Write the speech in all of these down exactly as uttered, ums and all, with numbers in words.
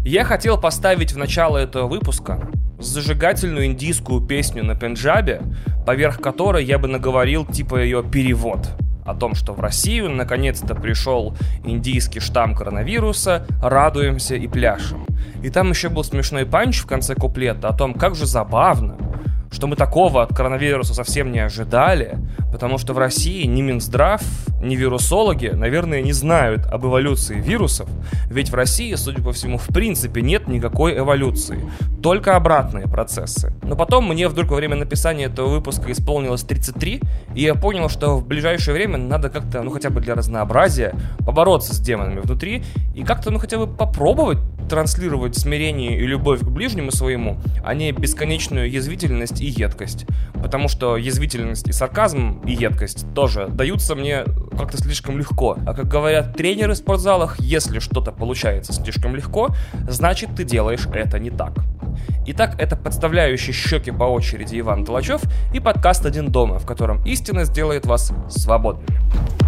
Я хотел поставить в начало этого выпуска зажигательную индийскую песню на пенджабе, поверх которой я бы наговорил типа ее перевод о том, что в Россию наконец-то пришел индийский штамм коронавируса, радуемся и пляшем. И там еще был смешной панч в конце куплета о том, как же забавно, что мы такого от коронавируса совсем не ожидали, потому что в России ни Минздрав, ни вирусологи, наверное, не знают об эволюции вирусов, ведь в России, судя по всему, в принципе нет никакой эволюции, только обратные процессы. Но потом мне вдруг во время написания этого выпуска исполнилось тридцать три, и я понял, что в ближайшее время надо как-то, ну хотя бы для разнообразия, побороться с демонами внутри и как-то, ну хотя бы попробовать транслировать смирение и любовь к ближнему своему, а не бесконечную язвительность и едкость. Потому что язвительность и сарказм и едкость тоже даются мне как-то слишком легко. А как говорят тренеры в спортзалах, если что-то получается слишком легко, значит ты делаешь это не так. Итак, это подставляющий щеки по очереди Иван Толачев и подкаст «Один дома», в котором истина сделает вас свободными.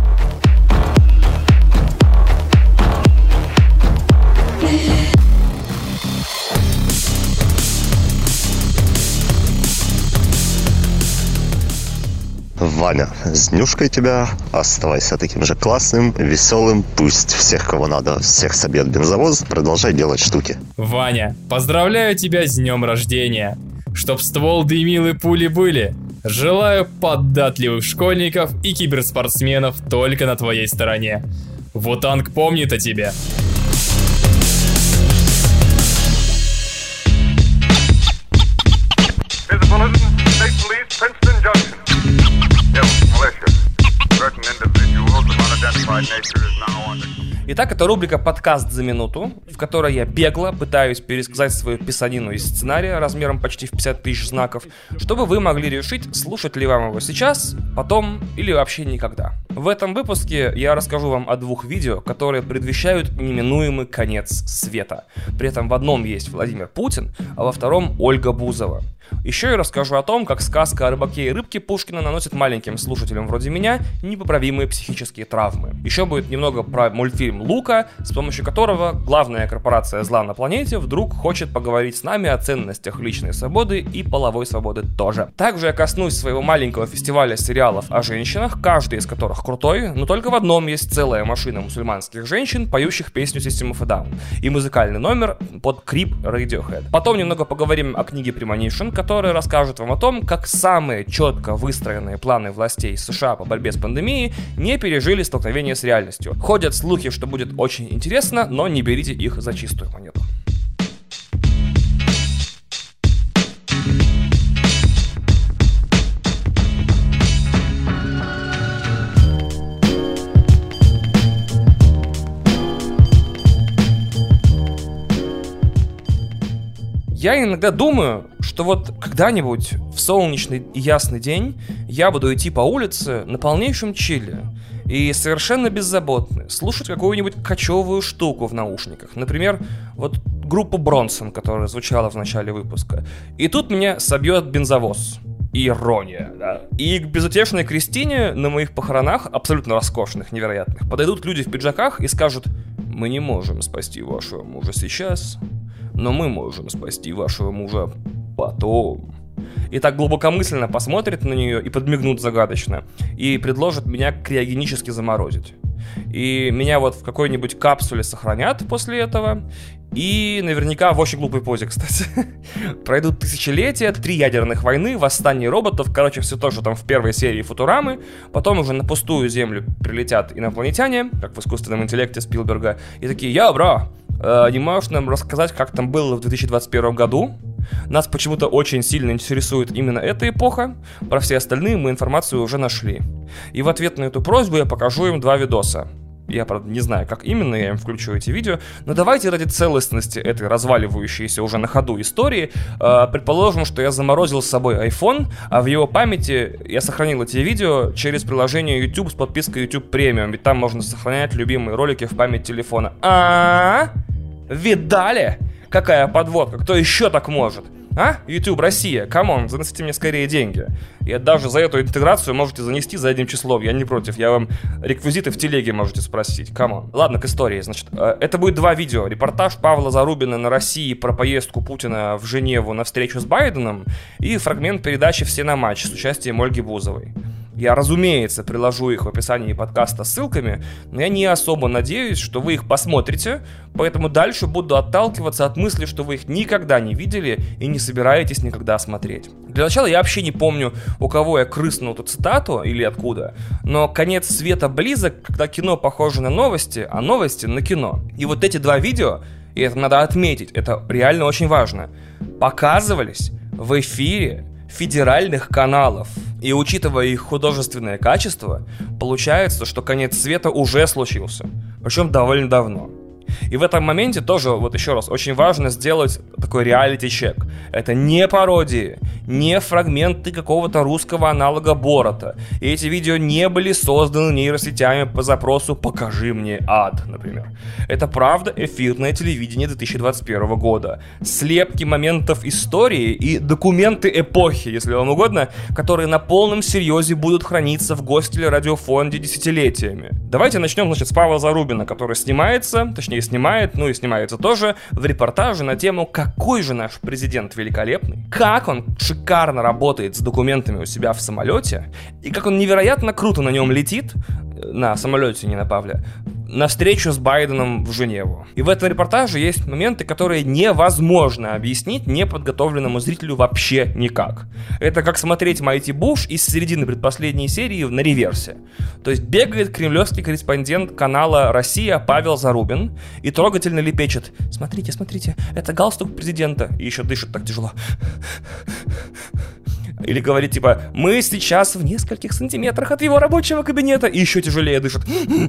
Ваня, с днюшкой тебя, оставайся таким же классным, веселым, пусть всех, кого надо, всех собьет бензовоз, продолжай делать штуки. Ваня, поздравляю тебя с днем рождения, чтоб ствол дымил и пули были. Желаю податливых школьников и киберспортсменов только на твоей стороне. Вутанг помнит о тебе. Итак, это рубрика «Подкаст за минуту», в которой я бегло пытаюсь пересказать свою писанину из сценария размером почти в пятьдесят тысяч знаков, чтобы вы могли решить, слушать ли вам его сейчас, потом или вообще никогда. В этом выпуске я расскажу вам о двух видео, которые предвещают неминуемый конец света. При этом в одном есть Владимир Путин, а во втором Ольга Бузова. Еще я расскажу о том, как сказка о рыбаке и рыбке Пушкина наносит маленьким слушателям вроде меня непоправимые психические травмы. Еще будет немного про мультфильм «Лука», с помощью которого главная корпорация зла на планете вдруг хочет поговорить с нами о ценностях личной свободы и половой свободы тоже. Также я коснусь своего маленького фестиваля сериалов о женщинах, каждый из которых крутой, но только в одном есть целая машина мусульманских женщин, поющих песню System of a Down, и музыкальный номер под Creep Radiohead. Потом немного поговорим о книге Premonition, которая расскажет вам о том, как самые четко выстроенные планы властей США по борьбе с пандемией не пережили столкновение с реальностью. Ходят слухи, что будет очень интересно, но не берите их за чистую монету. Я иногда думаю, что вот когда-нибудь в солнечный и ясный день я буду идти по улице на полнейшем чилле и совершенно беззаботно слушать какую-нибудь кочевую штуку в наушниках. Например, вот группу Бронсон, которая звучала в начале выпуска. И тут меня собьет бензовоз. Ирония, да. И к безутешной Кристине на моих похоронах, абсолютно роскошных, невероятных, подойдут люди в пиджаках и скажут: «Мы не можем спасти вашего мужа сейчас, но мы можем спасти вашего мужа потом». И так глубокомысленно посмотрят на нее и подмигнут загадочно, и предложат меня криогенически заморозить. И меня вот в какой-нибудь капсуле сохранят после этого, и наверняка в очень глупой позе, кстати. Пройдут тысячелетия, три ядерных войны, восстание роботов, короче, все то, что там в первой серии Футурамы. Потом уже на пустую землю прилетят инопланетяне, как в искусственном интеллекте Спилберга, и такие: «Я, бро, э, не можешь нам рассказать, как там было в две тысячи двадцать первом году?» Нас почему-то очень сильно интересует именно эта эпоха, про все остальные мы информацию уже нашли. И в ответ на эту просьбу я покажу им два видоса. Я, правда, не знаю, как именно я им включу эти видео, но давайте ради целостности этой разваливающейся уже на ходу истории э, предположим, что я заморозил с собой iPhone, а в его памяти я сохранил эти видео через приложение YouTube с подпиской YouTube Premium, ведь там можно сохранять любимые ролики в память телефона. А-а-а? Видали? Какая подводка? Кто еще так может? А? YouTube Россия, камон, заносите мне скорее деньги. И даже за эту интеграцию можете занести задним числом, я не против. Я вам реквизиты в телеге можете спросить, камон. Ладно, к истории, значит. Это будет два видео. Репортаж Павла Зарубина на России про поездку Путина в Женеву на встречу с Байденом и фрагмент передачи «Все на матч» с участием Ольги Бузовой. Я, разумеется, приложу их в описании подкаста ссылками, но я не особо надеюсь, что вы их посмотрите, поэтому дальше буду отталкиваться от мысли, что вы их никогда не видели и не собираетесь никогда смотреть. Для начала я вообще не помню, у кого я крыснул эту цитату или откуда, но конец света близок, когда кино похоже на новости, а новости на кино. И вот эти два видео, и это надо отметить, это реально очень важно, показывались в эфире федеральных каналов. И учитывая их художественное качество, получается, что конец света уже случился. Причем довольно давно. И в этом моменте тоже, вот еще раз, очень важно сделать такой реалити-чек. Это не пародии, не фрагменты какого-то русского аналога Борота. И эти видео не были созданы нейросетями по запросу «покажи мне ад», например. Это правда эфирное телевидение две тысячи двадцать первого года. Слепки моментов истории и документы эпохи, если вам угодно, которые на полном серьезе будут храниться в Гостелерадиофонде десятилетиями. Давайте начнем, значит, с Павла Зарубина, который снимается, точнее снимает, ну и снимается тоже, в репортаже на тему «Какой же наш президент великолепный», как он шикарно работает с документами у себя в самолете, и как он невероятно круто на нем летит, на самолете, не на Павле, на встречу с Байденом в Женеву. И в этом репортаже есть моменты, которые невозможно объяснить неподготовленному зрителю вообще никак. Это как смотреть Майти Буш из середины предпоследней серии на реверсе. То есть бегает кремлевский корреспондент канала «Россия» Павел Зарубин и трогательно лепечет: «Смотрите, смотрите, это галстук президента». И еще дышит так тяжело. Или говорит типа: «Мы сейчас в нескольких сантиметрах от его рабочего кабинета», и еще тяжелее дышит.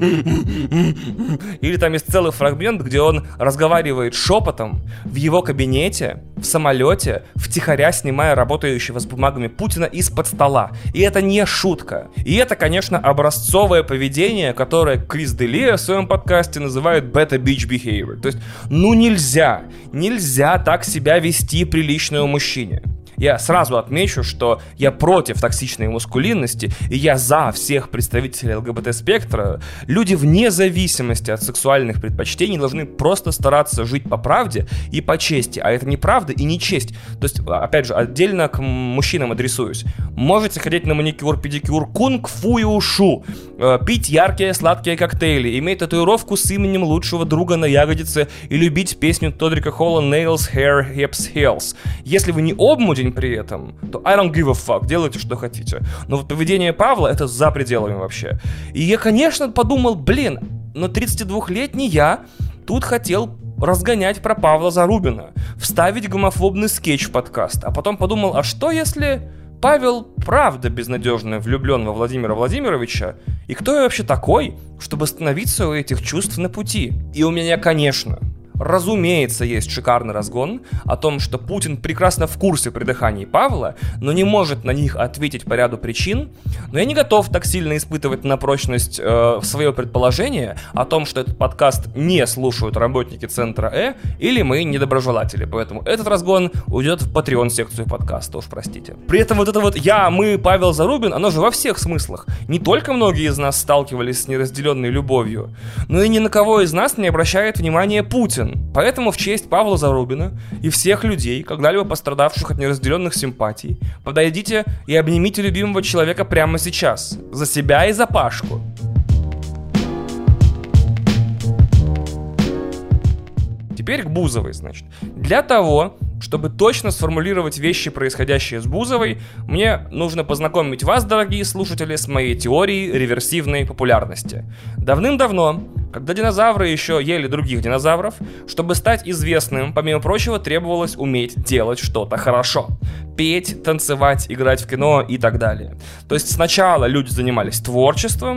Или там есть целый фрагмент, где он разговаривает шепотом в его кабинете, в самолете, втихаря снимая работающего с бумагами Путина из-под стола. И это не шутка. И это, конечно, образцовое поведение, которое Крис Делия в своем подкасте называет beta bitch behavior. То есть, ну нельзя, нельзя так себя вести приличному мужчине. Я сразу отмечу, что я против токсичной маскулинности, и я за всех представителей ЛГБТ-спектра. Люди вне зависимости от сексуальных предпочтений должны просто стараться жить по правде и по чести, а это не правда и не честь. То есть, опять же, отдельно к мужчинам адресуюсь. Можете ходить на маникюр, педикюр, кунг-фу и ушу, пить яркие сладкие коктейли, иметь татуировку с именем лучшего друга на ягодице и любить песню Тодрика Холла «Nails, Hair, Hips, Heels». Если вы не обмудень при этом, то I don't give a fuck, делайте, что хотите. Но вот поведение Павла — это за пределами вообще. И я, конечно, подумал, блин, но тридцатидвухлетний я тут хотел разгонять про Павла Зарубина, вставить гомофобный скетч в подкаст, а потом подумал, а что если Павел правда безнадежно влюблен во Владимира Владимировича, и кто я вообще такой, чтобы становиться у этих чувств на пути? И у меня, конечно, разумеется, есть шикарный разгон о том, что Путин прекрасно в курсе придыханий Павла, но не может на них ответить по ряду причин. Но я не готов так сильно испытывать на прочность э, свое предположение о том, что этот подкаст не слушают работники Центра Э или мы недоброжелатели. Поэтому этот разгон уйдет в Patreon-секцию подкаста, уж простите. При этом вот это вот «я», «мы», Павел Зарубин, оно же во всех смыслах. Не только многие из нас сталкивались с неразделенной любовью, но и ни на кого из нас не обращает внимания Путин. Поэтому в честь Павла Зарубина и всех людей, когда-либо пострадавших от неразделенных симпатий, подойдите и обнимите любимого человека прямо сейчас. За себя и за Пашку. Теперь к Бузовой, значит. Для того, чтобы точно сформулировать вещи, происходящие с Бузовой, мне нужно познакомить вас, дорогие слушатели, с моей теорией реверсивной популярности. Давным-давно, когда динозавры еще ели других динозавров, чтобы стать известным, помимо прочего, требовалось уметь делать что-то хорошо. Петь, танцевать, играть в кино и так далее. То есть сначала люди занимались творчеством,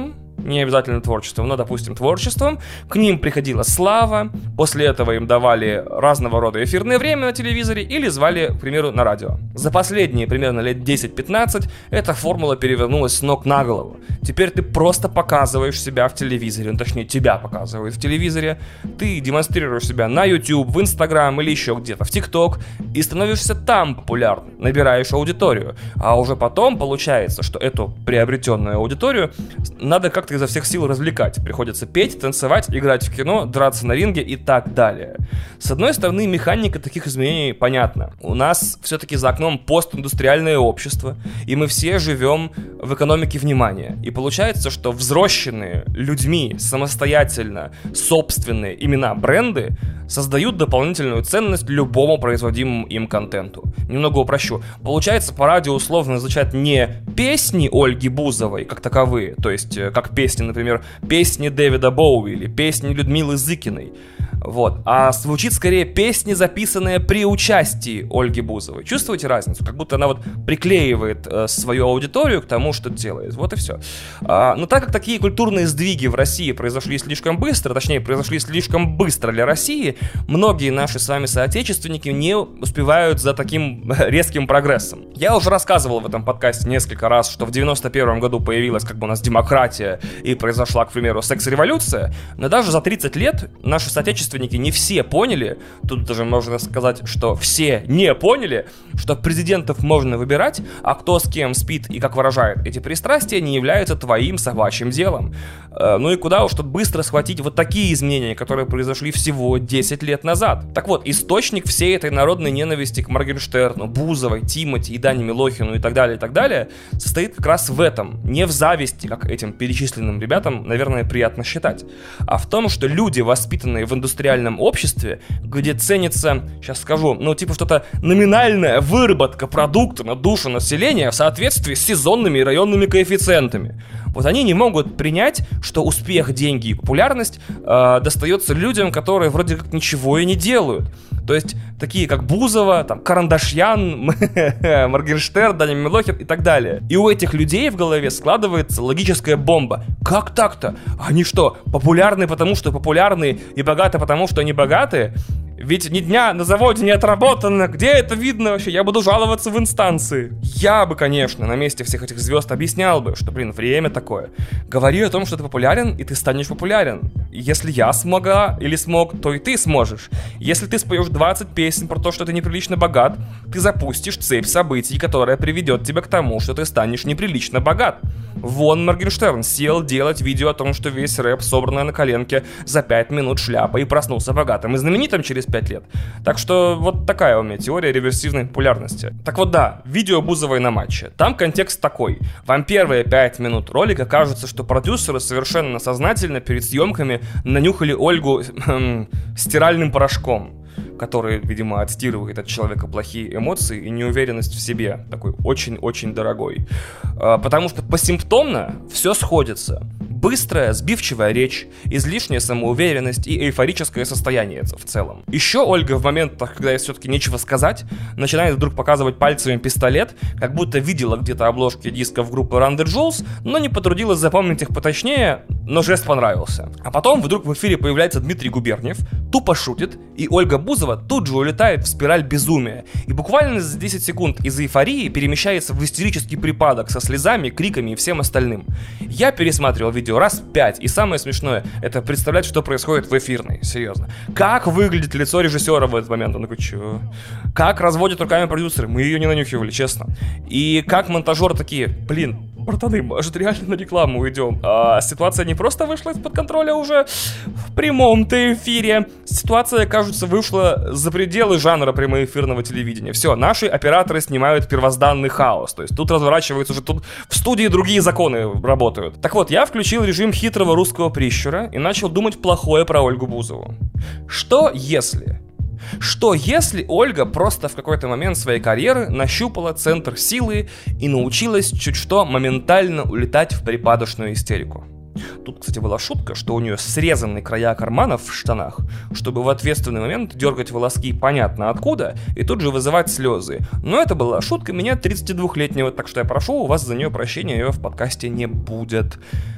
не обязательно творчеством, но, допустим, творчеством. К ним приходила слава, после этого им давали разного рода эфирное время на телевизоре или звали, к примеру, на радио. За последние примерно лет десять-пятнадцать эта формула перевернулась с ног на голову. Теперь ты просто показываешь себя в телевизоре, ну, точнее, тебя показывают в телевизоре, ты демонстрируешь себя на YouTube, в Instagram или еще где-то, в TikTok, и становишься там популярным, набираешь аудиторию. А уже потом получается, что эту приобретенную аудиторию надо как-то изо всех сил развлекать. Приходится петь, танцевать, играть в кино, драться на ринге и так далее. С одной стороны, механика таких изменений понятна. У нас все-таки за окном постиндустриальное общество, и мы все живем в экономике внимания. И получается, что взросшенные людьми самостоятельно собственные имена бренды создают дополнительную ценность любому производимому им контенту. Немного упрощу. Получается, по радио условно звучат не песни Ольги Бузовой как таковые, то есть как песни, например, песни Дэвида Боуи или песни Людмилы Зыкиной, вот, а звучит скорее песни, записанные при участии Ольги Бузовой. Чувствуете разницу? Как будто она вот приклеивает э, свою аудиторию к тому, что делает. Вот и все. А, но так как такие культурные сдвиги в России произошли слишком быстро, точнее, произошли слишком быстро для России, многие наши с вами соотечественники не успевают за таким резким прогрессом. Я уже рассказывал в этом подкасте несколько раз, что в девяносто первом году появилась как бы у нас демократия и произошла, к примеру, секс-революция, но даже за тридцать лет наши соотечественники не все поняли, тут даже можно сказать, что все не поняли, что президентов можно выбирать, а кто с кем спит и как выражает эти пристрастия, не является твоим собачьим делом. Ну и куда уж тут быстро схватить вот такие изменения, которые произошли всего десять лет назад. Так вот, источник всей этой народной ненависти к Моргенштерну, Бузовой, Тимати и Дане Милохину и так далее, и так далее, состоит как раз в этом. Не в зависти, как этим перечисленным ребятам, наверное, приятно считать, а в том, что люди, воспитанные в индустриальном обществе, где ценится, сейчас скажу, ну типа что-то номинальная выработка продукта на душу населения в соответствии с сезонными и районными коэффициентами. Вот они не могут принять, что успех, деньги и популярность э, достается людям, которые вроде как ничего и не делают. То есть такие как Бузова, там, Карандашьян, Моргенштерн, Даня Милохин и так далее. И у этих людей в голове складывается логическая бомба. Как так-то? Они что, популярны потому, что популярны, и богаты потому, что они богаты? Ведь ни дня на заводе не отработано. Где это видно вообще? Я буду жаловаться в инстанции. Я бы, конечно, на месте всех этих звезд объяснял бы, что, блин, время такое. Говори о том, что ты популярен, и ты станешь популярен. Если я смогла или смог, то и ты сможешь. Если ты споешь двадцать песен про то, что ты неприлично богат, ты запустишь цепь событий, которая приведет тебя к тому, что ты станешь неприлично богат. Вон Моргенштерн сел делать видео о том, что весь рэп, собранный на коленке за пять минут шляпа, и проснулся богатым и знаменитым через пять лет. Так что вот такая у меня теория реверсивной популярности. Так вот да, видео Бузовой на матче. Там контекст такой. Вам первые пять минут ролика кажется, что продюсеры совершенно сознательно перед съемками нанюхали Ольгу э, стиральным порошком, который, видимо, отстирывает от человека плохие эмоции и неуверенность в себе, такой очень-очень дорогой. Потому что посимптомно все сходится. Быстрая, сбивчивая речь, излишняя самоуверенность и эйфорическое состояние в целом. Еще Ольга в моментах, когда ей все-таки нечего сказать, начинает вдруг показывать пальцами пистолет, как будто видела где-то обложки дисков группы Run the Jewels, но не потрудилась запомнить их поточнее, но жест понравился. А потом вдруг в эфире появляется Дмитрий Губерниев, тупо шутит, и Ольга Бузова тут же улетает в спираль безумия. И буквально за десять секунд из эйфории перемещается в истерический припадок со слезами, криками и всем остальным. Я пересматривал видео раз пять, и самое смешное — это представлять, что происходит в эфирной, серьезно. Как выглядит лицо режиссера в этот момент? Он такой, чё? Как разводят руками продюсеры? Мы ее не нанюхивали, честно. И как монтажеры такие, блин, братаны, может реально на рекламу уйдем? А ситуация не просто вышла из-под контроля уже в прямом-то эфире. Ситуация, кажется, вышла за пределы жанра прямоэфирного телевидения. Все, наши операторы снимают первозданный хаос. То есть тут разворачиваются уже, тут в студии другие законы работают. Так вот, я включил режим хитрого русского прищура и начал думать плохое про Ольгу Бузову. Что если... Что если Ольга просто в какой-то момент своей карьеры нащупала центр силы и научилась чуть что моментально улетать в припадочную истерику? Тут, кстати, была шутка, что у нее срезаны края карманов в штанах, чтобы в ответственный момент дергать волоски понятно откуда и тут же вызывать слезы. Но это была шутка меня тридцатидвухлетнего, так что я прошу у вас за нее прощения, ее в подкасте не будет.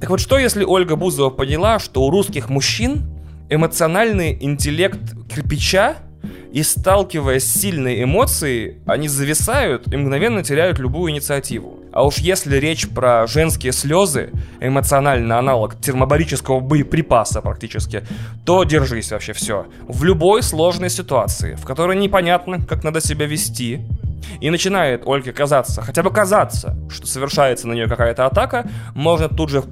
Так вот, что если Ольга Бузова поняла, что у русских мужчин эмоциональный интеллект кирпича, и, сталкиваясь с сильной эмоцией, они зависают и мгновенно теряют любую инициативу. А уж если речь про женские слезы, эмоциональный аналог термобарического боеприпаса практически, то держись вообще все. В любой сложной ситуации, в которой непонятно, как надо себя вести, и начинает Ольге казаться, хотя бы казаться, что совершается на нее какая-то атака, можно тут же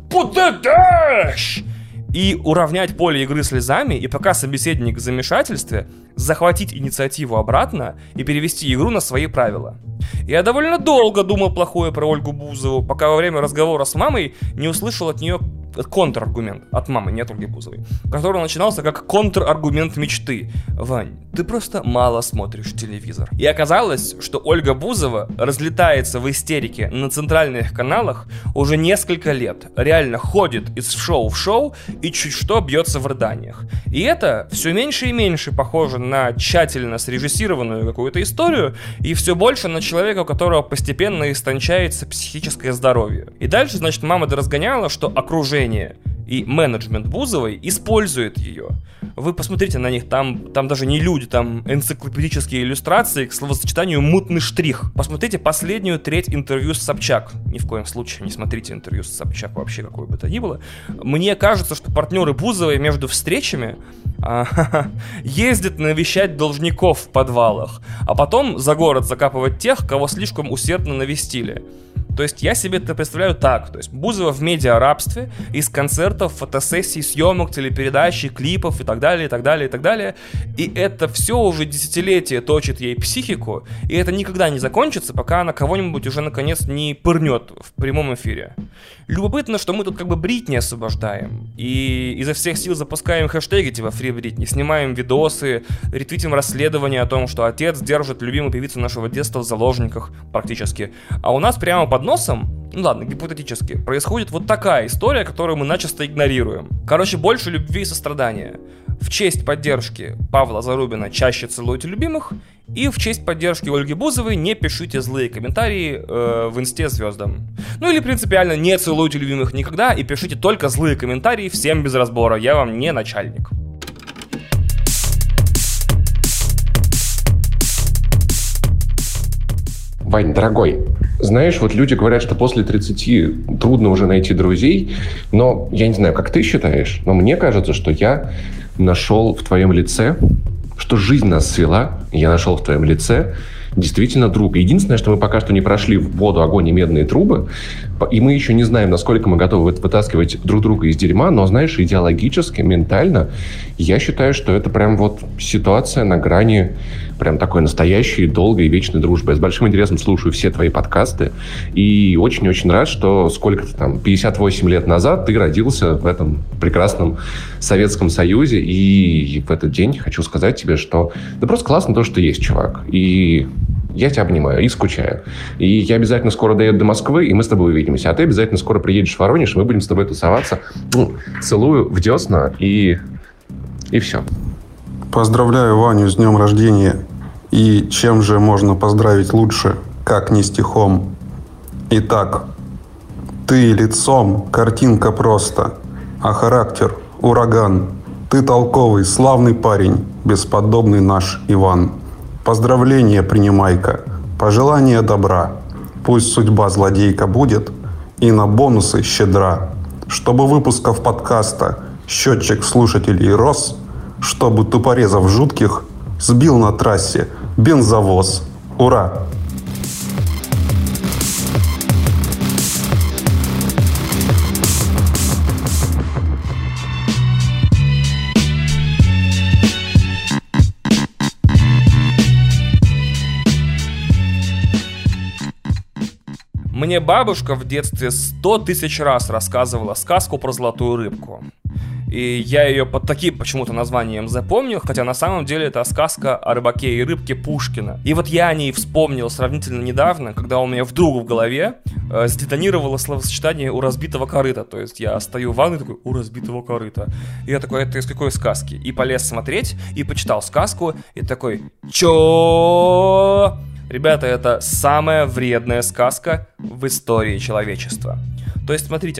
«Путадаш!» и уравнять поле игры слезами, и пока собеседник в замешательстве, захватить инициативу обратно и перевести игру на свои правила. Я довольно долго думал плохое про Ольгу Бузову, пока во время разговора с мамой не услышал от нее контраргумент, от мамы, не от Ольги Бузовой, который начинался как контраргумент мечты. Вань, ты просто мало смотришь телевизор. И оказалось, что Ольга Бузова разлетается в истерике на центральных каналах уже несколько лет. Реально ходит из шоу в шоу и чуть что бьется в рыданиях. И это все меньше и меньше похоже на тщательно срежиссированную какую-то историю, и все больше на человека, у которого постепенно истончается психическое здоровье. И дальше, значит, мама доразгоняла, что окружение и менеджмент Бузовой использует ее. Вы посмотрите на них, там, там даже не люди, там энциклопедические иллюстрации к словосочетанию «мутный штрих». Посмотрите последнюю треть интервью с Собчак. Ни в коем случае не смотрите интервью с Собчак вообще, какое бы то ни было. Мне кажется, что партнеры Бузовой между встречами а, ездят навещать должников в подвалах, а потом за город закапывать тех, кого слишком усердно навестили. То есть я себе это представляю так, то есть Бузова в медиарабстве, из концертов, фотосессий, съемок, телепередач, клипов и так далее, и так далее, и так далее. И это все уже десятилетия точит ей психику, и это никогда не закончится, пока она кого-нибудь уже наконец не пырнет в прямом эфире. Любопытно, что мы тут как бы Бритни освобождаем, и изо всех сил запускаем хэштеги типа Free Britney, снимаем видосы, ретвитим расследования о том, что отец держит любимую певицу нашего детства в заложниках практически. А у нас прямо под носом, ну ладно, гипотетически, происходит вот такая история, которую мы начисто игнорируем. Короче, больше любви и сострадания. В честь поддержки Павла Зарубина чаще целуйте любимых, и в честь поддержки Ольги Бузовой не пишите злые комментарии э, в инсте звездам. Ну или принципиально не целуйте любимых никогда и пишите только злые комментарии всем без разбора, я вам не начальник. Вань, дорогой, знаешь, вот люди говорят, что после тридцати трудно уже найти друзей, но я не знаю, как ты считаешь, но мне кажется, что я нашел в твоем лице, что жизнь нас свела, я нашел в твоем лице действительно друга. Единственное, что мы пока что не прошли в воду, огонь и медные трубы, и мы еще не знаем, насколько мы готовы вытаскивать друг друга из дерьма, но, знаешь, идеологически, ментально, я считаю, что это прям вот ситуация на грани прям такой настоящей, долгой и вечной дружбы. Я с большим интересом слушаю все твои подкасты, и очень-очень рад, что сколько-то там, пятьдесят восемь лет назад ты родился в этом прекрасном Советском Союзе, и в этот день хочу сказать тебе, что да просто классно то, что ты есть, чувак. И я тебя обнимаю и скучаю. И я обязательно скоро доеду до Москвы, и мы с тобой увидимся. А ты обязательно скоро приедешь в Воронеж, и мы будем с тобой тусоваться. Ну, целую в десна, и, и все. Поздравляю Ваню с днем рождения. И чем же можно поздравить лучше, как не стихом? Итак, ты лицом, картинка просто, а характер – ураган. Ты толковый, славный парень, бесподобный наш Иван. Поздравления принимай-ка, пожелания добра. Пусть судьба злодейка будет и на бонусы щедра. Чтобы выпусков подкаста счетчик слушателей рос, чтобы тупорезов жутких сбил на трассе бензовоз. Ура! Мне бабушка в детстве сто тысяч раз рассказывала сказку про золотую рыбку. И я ее под таким почему-то названием запомнил, хотя на самом деле это сказка о рыбаке и рыбке Пушкина. И вот я о ней вспомнил сравнительно недавно, когда у меня вдруг в голове э, сдетонировало словосочетание «у разбитого корыта». То есть я стою в ванной такой «у разбитого корыта». И я такой «это из какой сказки?» И полез смотреть, и почитал сказку, и такой «чё?» Ребята, это самая вредная сказка в истории человечества. То есть, смотрите,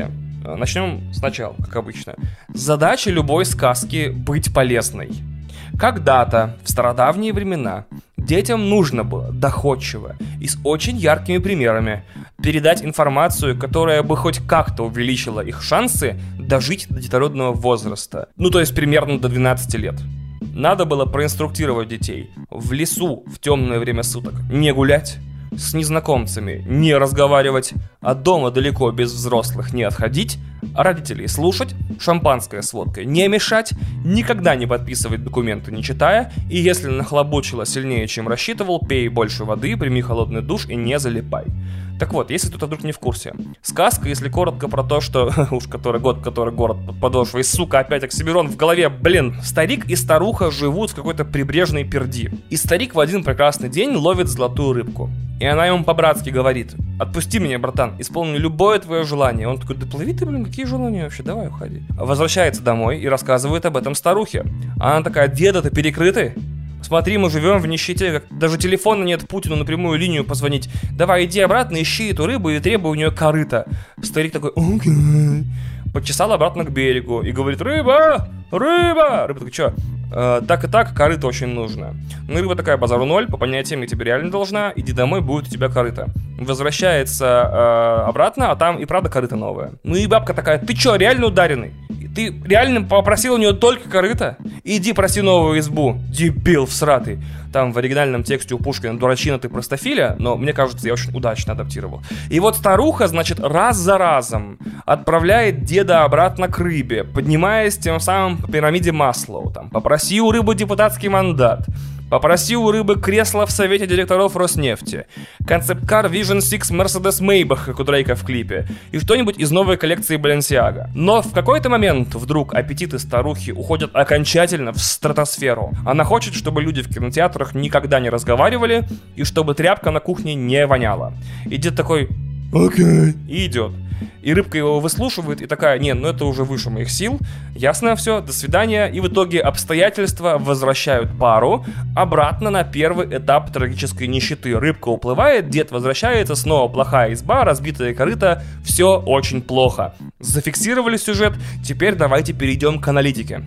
Начнем сначала, как обычно. Задача любой сказки — быть полезной. Когда-то, в стародавние времена, детям нужно было доходчиво и с очень яркими примерами передать информацию, которая бы хоть как-то увеличила их шансы дожить до детородного возраста. Ну, то есть примерно до двенадцати лет. Надо было проинструктировать детей в лесу в темное время суток не гулять, с незнакомцами не разговаривать, а дома далеко без взрослых не отходить, а родителей слушать, шампанское с водкой не мешать, никогда не подписывать документы не читая, и если нахлобучило сильнее, чем рассчитывал, пей больше воды, прими холодный душ и не залипай. Так вот, если кто-то вдруг не в курсе, сказка, если коротко, про то, что уж который год, который город под подошвой, сука, опять Оксимирон в голове, блин, старик и старуха живут в какой-то прибрежной перди. И старик в один прекрасный день ловит золотую рыбку. И она ему по-братски говорит: отпусти меня, братан, исполню любое твое желание. Он такой: да плыви ты, блин, какие желания вообще, давай уходи. Возвращается домой и рассказывает об этом старухе. А она такая: деда, ты перекрытый? Смотри, мы живем в нищете, как даже телефона нет Путину на прямую линию позвонить. Давай, иди обратно, ищи эту рыбу и требуй у нее корыта. Старик такой: окей. Подчесал обратно к берегу и говорит: рыба, рыба. Рыба такая: что? Э, так и так, корыто очень нужно. Ну, рыба такая: базару ноль, по понятиям я тебе реально должна, иди домой, будет у тебя корыто. Возвращается э, обратно, а там и правда корыто новое. Ну и бабка такая: ты что, реально ударенный? Ты реально попросил у нее только корыто? Иди проси новую избу, дебил всратый. Там в оригинальном тексте у Пушкина дурачина ты простофиля, но мне кажется, я очень удачно адаптировал. И вот старуха, значит, раз за разом отправляет деда обратно к рыбе, поднимаясь тем самым по пирамиде Маслоу. Там, попроси у рыбы депутатский мандат. Попроси у рыбы кресло в совете директоров Роснефти, концепт-кар Vision шесть Mercedes Maybach, как у Дрейка в клипе, и что-нибудь из новой коллекции Balenciaga. Но в какой-то момент вдруг аппетиты старухи уходят окончательно в стратосферу. Она хочет, чтобы люди в кинотеатрах никогда не разговаривали и чтобы тряпка на кухне не воняла. И дед такой: окей, и идет. И рыбка его выслушивает и такая: не, ну это уже выше моих сил, ясно все, до свидания. И в итоге обстоятельства возвращают пару обратно на первый этап трагической нищеты. Рыбка уплывает, дед возвращается, снова плохая изба, разбитое корыто, все очень плохо. Зафиксировали сюжет, теперь давайте перейдем к аналитике.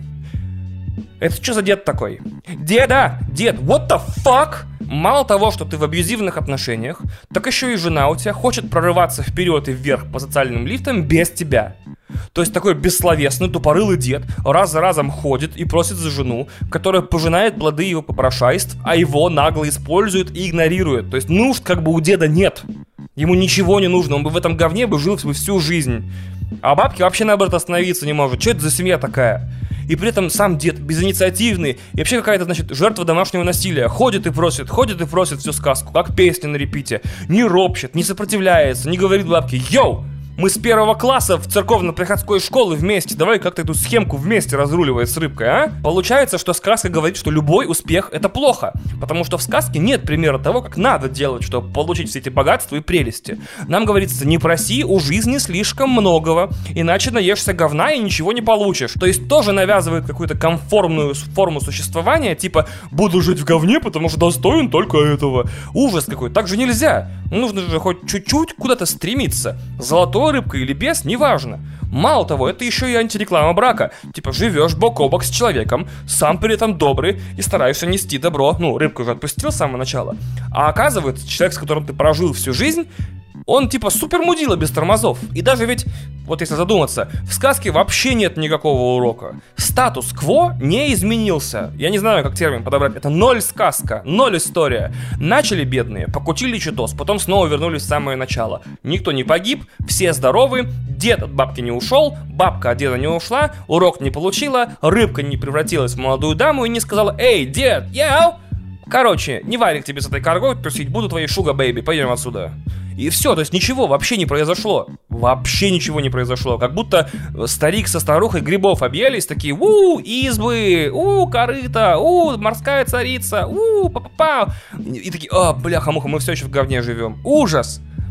Это что за дед такой? Деда! Дед, what the fuck? Мало того, что ты в абьюзивных отношениях, так еще и жена у тебя хочет прорываться вперед и вверх по социальным лифтам без тебя. То есть такой бессловесный, тупорылый дед раз за разом ходит и просит за жену, которая пожинает плоды его попрошайств, а его нагло использует и игнорирует. То есть нужд как бы у деда нет. Ему ничего не нужно, он бы в этом говне бы жил всю жизнь. А бабки вообще наоборот остановиться не может. Что это за семья такая? И при этом сам дед безинициативный и вообще какая-то, значит, жертва домашнего насилия. Ходит и просит, ходит и просит всю сказку, как песня на репите. Не ропщет, не сопротивляется, не говорит бабке: йоу, мы с первого класса в церковно-приходской школе вместе, давай как-то эту схемку вместе разруливает с рыбкой, а? Получается, что сказка говорит, что любой успех — это плохо, потому что в сказке нет примера того, как надо делать, чтобы получить все эти богатства и прелести. Нам говорится: не проси у жизни слишком многого, иначе наешься говна и ничего не получишь. То есть тоже навязывает какую-то комфортную форму существования, типа: буду жить в говне, потому что достоин только этого. Ужас какой, так же нельзя. Нужно же хоть чуть-чуть куда-то стремиться. Золотой рыбка или без, неважно. Мало того, это еще и антиреклама брака. Типа, живешь бок о бок с человеком, сам при этом добрый и стараешься нести добро. Ну, рыбку уже отпустил с самого начала. А оказывается, человек, с которым ты прожил всю жизнь, он типа супер мудила без тормозов. И даже ведь, вот если задуматься, в сказке вообще нет никакого урока. Статус-кво не изменился. Я не знаю, как термин подобрать. Это ноль сказка, ноль история. Начали бедные, покутили чутос, потом снова вернулись в самое начало. Никто не погиб, все здоровы, дед от бабки не ушел, бабка от деда не ушла, урок не получила, рыбка не превратилась в молодую даму и не сказала: эй, дед, яу! Короче, не варик тебе с этой каргой тусить, буду твоей шуга бэйби, пойдем отсюда. И все, то есть ничего вообще не произошло. Вообще ничего не произошло. Как будто старик со старухой грибов объелись, такие: у, избы, у, корыто, у, морская царица, у, па-па-па. И такие: а, бляха-муха, мы все еще в говне живем. Ужас.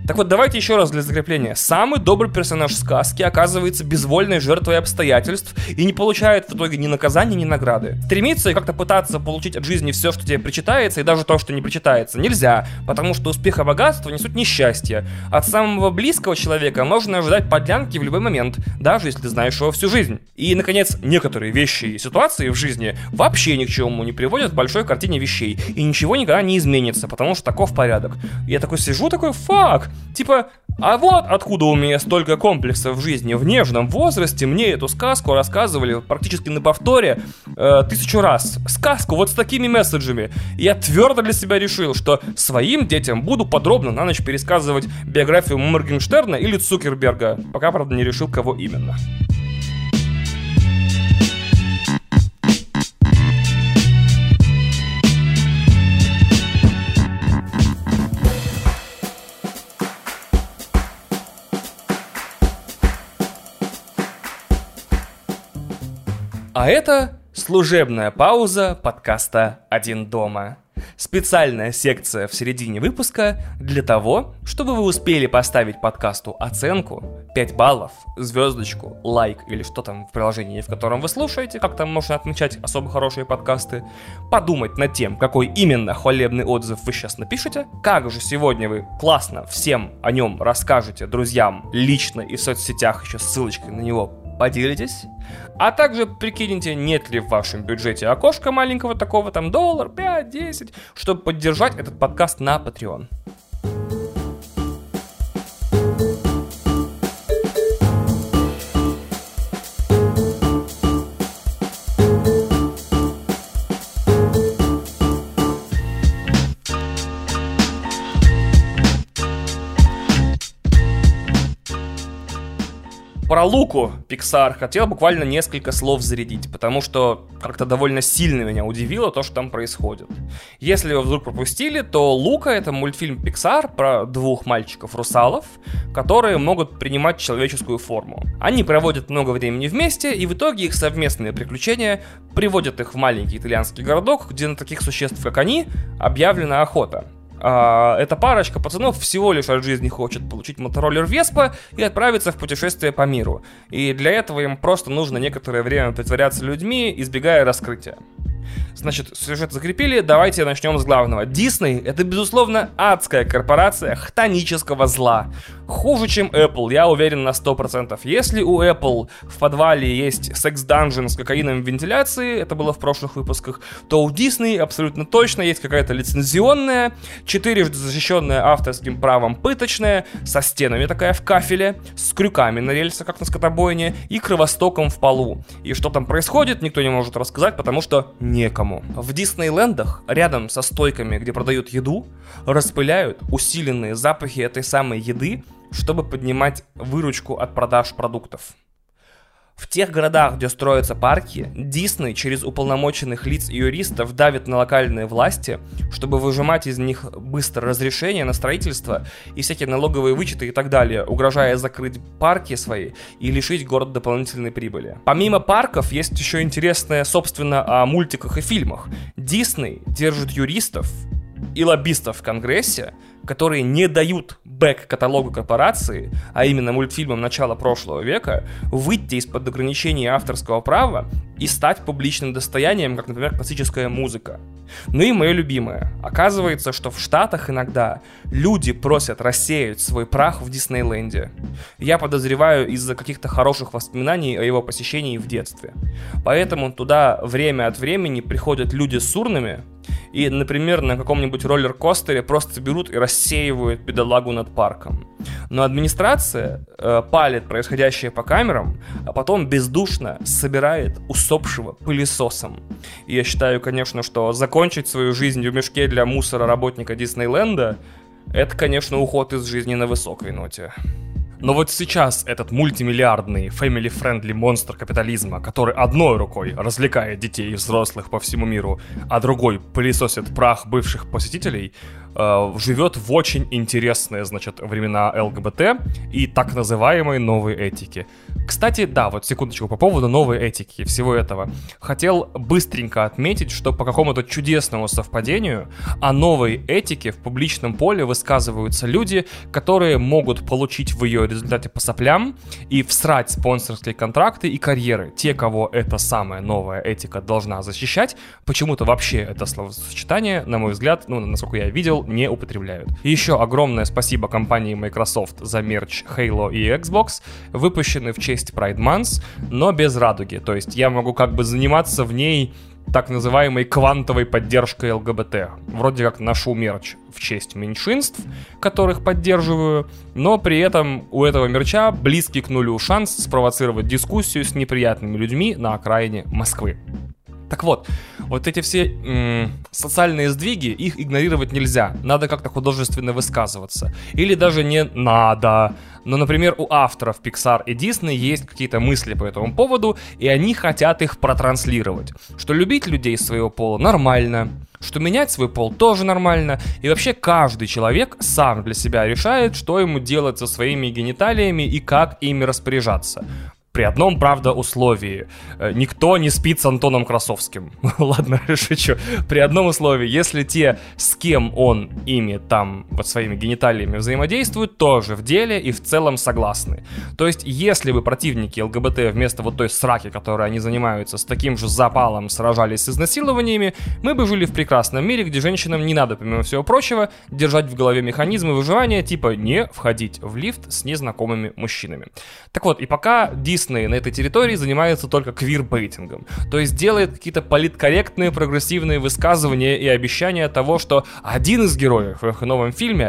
Так вот, давайте еще раз для закрепления. Самый добрый персонаж сказки оказывается безвольной жертвой обстоятельств и не получает в итоге ни наказания, ни награды. Стремиться и как-то пытаться получить от жизни все, что тебе причитается, и даже то, что не причитается, нельзя, потому что успех и богатство несут несчастье. От самого близкого человека можно ожидать подлянки в любой момент, даже если ты знаешь его всю жизнь. И, наконец, некоторые вещи и ситуации в жизни вообще ни к чему не приводят в большой картине вещей, и ничего никогда не изменится, потому что таков порядок. Я такой сижу, такой, фак, типа, а вот откуда у меня столько комплексов в жизни. В нежном возрасте мне эту сказку рассказывали практически на повторе э, тысячу раз. Сказку вот с такими месседжами. И я твердо для себя решил, что своим детям буду подробно на ночь пересказывать биографию Моргенштерна или Цукерберга. Пока, правда, не решил, кого именно. А это служебная пауза подкаста «Один дома». Специальная секция в середине выпуска для того, чтобы вы успели поставить подкасту оценку пять баллов, звездочку, лайк или что там в приложении, в котором вы слушаете, как там можно отмечать особо хорошие подкасты, подумать над тем, какой именно хвалебный отзыв вы сейчас напишете, как же сегодня вы классно всем о нем расскажете друзьям лично и в соцсетях еще ссылочкой на него поделитесь, а также прикиньте, нет ли в вашем бюджете окошка маленького такого, там доллар, пять, десять, чтобы поддержать этот подкаст на Patreon. Про Луку Pixar хотел буквально несколько слов зарядить, потому что как-то довольно сильно меня удивило то, что там происходит. Если вы вдруг пропустили, то Лука — это мультфильм Pixar про двух мальчиков-русалов, которые могут принимать человеческую форму. Они проводят много времени вместе, и в итоге их совместные приключения приводят их в маленький итальянский городок, где на таких существ, как они, объявлена охота. А, эта парочка пацанов всего лишь от жизни хочет получить мотороллер Веспа и отправиться в путешествие по миру. И для этого им просто нужно некоторое время притворяться людьми, избегая раскрытия. Значит, сюжет закрепили, давайте начнем с главного. Дисней — это, безусловно, адская корпорация хтонического зла. Хуже, чем Apple, я уверен на сто процентов. Если у Apple в подвале есть секс-данжен с кокаином в вентиляции, это было в прошлых выпусках, то у Disney абсолютно точно есть какая-то лицензионная, четырежды защищенная авторским правом пыточная, со стенами такая в кафеле, с крюками на рельсах, как на скотобойне, и кровостоком в полу. И что там происходит, никто не может рассказать, потому что некому. В Диснейлендах, рядом со стойками, где продают еду, распыляют усиленные запахи этой самой еды, чтобы поднимать выручку от продаж продуктов. В тех городах, где строятся парки, Дисней через уполномоченных лиц и юристов давит на локальные власти, чтобы выжимать из них быстро разрешения на строительство и всякие налоговые вычеты и так далее, угрожая закрыть парки свои и лишить город дополнительной прибыли. Помимо парков, есть еще интересное, собственно, о мультиках и фильмах. Дисней держит юристов и лоббистов в Конгрессе, которые не дают бэк-каталогу корпорации, а именно мультфильмам начала прошлого века, выйти из-под ограничений авторского права и стать публичным достоянием, как, например, классическая музыка. Ну и мое любимое. Оказывается, что в Штатах иногда люди просят рассеять свой прах в Диснейленде. Я подозреваю из-за каких-то хороших воспоминаний о его посещении в детстве. Поэтому туда время от времени приходят люди с урнами и, например, на каком-нибудь роллер-костере просто берут и рассеивают бедолагу над парком. Но администрация э, палит происходящее по камерам, а потом бездушно собирает усопшего пылесосом. И я считаю, конечно, что закончить свою жизнь в мешке для мусора работника Диснейленда — это, конечно, уход из жизни на высокой ноте. Но вот сейчас этот мультимиллиардный family-friendly монстр капитализма, который одной рукой развлекает детей и взрослых по всему миру, а другой пылесосит прах бывших посетителей, э, живет в очень интересные, значит, времена ЛГБТ и так называемой новой этики. Кстати, да, вот секундочку по поводу новой этики и всего этого. Хотел быстренько отметить, что по какому-то чудесному совпадению о новой этике в публичном поле высказываются люди, которые могут получить в ее результате по соплям и всрать спонсорские контракты и карьеры. Те, кого эта самая новая этика должна защищать, почему-то вообще это словосочетание, на мой взгляд, ну, насколько я видел, не употребляют. И еще огромное спасибо компании Microsoft за мерч Halo и Xbox, выпущенный в честь Pride Month, но без радуги. То есть я могу как бы заниматься в ней так называемой квантовой поддержкой ЛГБТ. Вроде как ношу мерч в честь меньшинств, которых поддерживаю, но при этом у этого мерча близкий к нулю шанс спровоцировать дискуссию с неприятными людьми на окраине Москвы. Так вот, вот эти все м- социальные сдвиги, их игнорировать нельзя. Надо как-то художественно высказываться. Или даже не надо. Но, например, у авторов Pixar и Disney есть какие-то мысли по этому поводу, и они хотят их протранслировать. Что любить людей своего пола нормально, что менять свой пол тоже нормально, и вообще каждый человек сам для себя решает, что ему делать со своими гениталиями и как ими распоряжаться. При одном, правда, условии. Никто не спит с Антоном Красовским. Ладно, шучу. При одном условии. Если те, с кем он ими там, вот своими гениталиями взаимодействуют, тоже в деле и в целом согласны. То есть, если бы противники ЛГБТ вместо вот той сраки, которой они занимаются, с таким же запалом сражались с изнасилованиями, мы бы жили в прекрасном мире, где женщинам не надо, помимо всего прочего, держать в голове механизмы выживания, типа не входить в лифт с незнакомыми мужчинами. Так вот, и пока Disney на этой территории занимается только квирбейтингом. То есть делает какие-то политкорректные, прогрессивные высказывания и обещания того, что один из героев в их новом фильме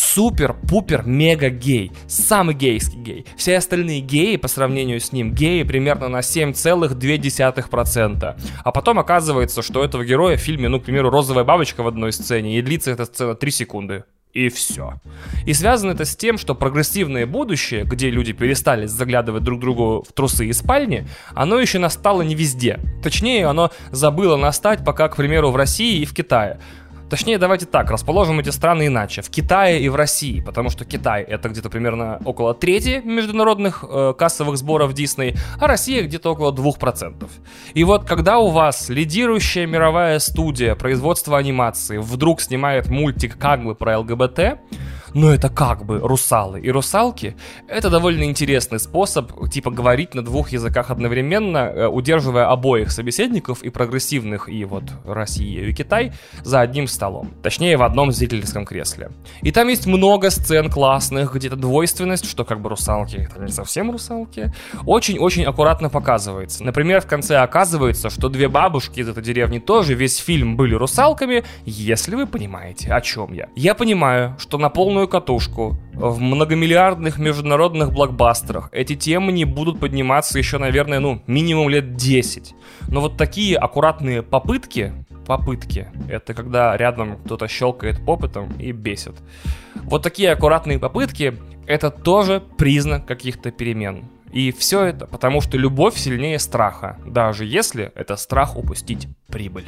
супер-пупер-мега-гей. Самый гейский гей. Все остальные геи по сравнению с ним геи примерно на семь целых две десятых процента. А потом оказывается, что у этого героя в фильме, ну, к примеру, розовая бабочка в одной сцене, и длится эта сцена три секунды. И все. И связано это с тем, что прогрессивное будущее, где люди перестали заглядывать друг другу в трусы и спальни, оно еще настало не везде. Точнее, оно забыло настать пока, к примеру, в России и в Китае. Точнее, давайте так, расположим эти страны иначе. В Китае и в России, потому что Китай — это где-то примерно около трети международных э, кассовых сборов Disney, а Россия где-то около двух процентов. И вот когда у вас лидирующая мировая студия производства анимации вдруг снимает мультик как бы про ЛГБТ, но это как бы русалы и русалки, это довольно интересный способ, типа, говорить на двух языках одновременно, удерживая обоих собеседников, и прогрессивных, и вот Россию и Китай, за одним столом. Точнее, в одном зрительском кресле. И там есть много сцен классных, где-то двойственность, что как бы русалки, это не совсем русалки, очень-очень аккуратно показывается. Например, в конце оказывается, что две бабушки из этой деревни тоже весь фильм были русалками, если вы понимаете, о чем я. Я понимаю, что на полную катушку в многомиллиардных международных блокбастерах эти темы не будут подниматься еще, наверное, ну, минимум лет десять. Но вот такие аккуратные попытки, попытки, это когда рядом кто-то щелкает попытом и бесит. Вот такие аккуратные попытки, это тоже признак каких-то перемен. И все это потому, что любовь сильнее страха, даже если это страх упустить прибыль.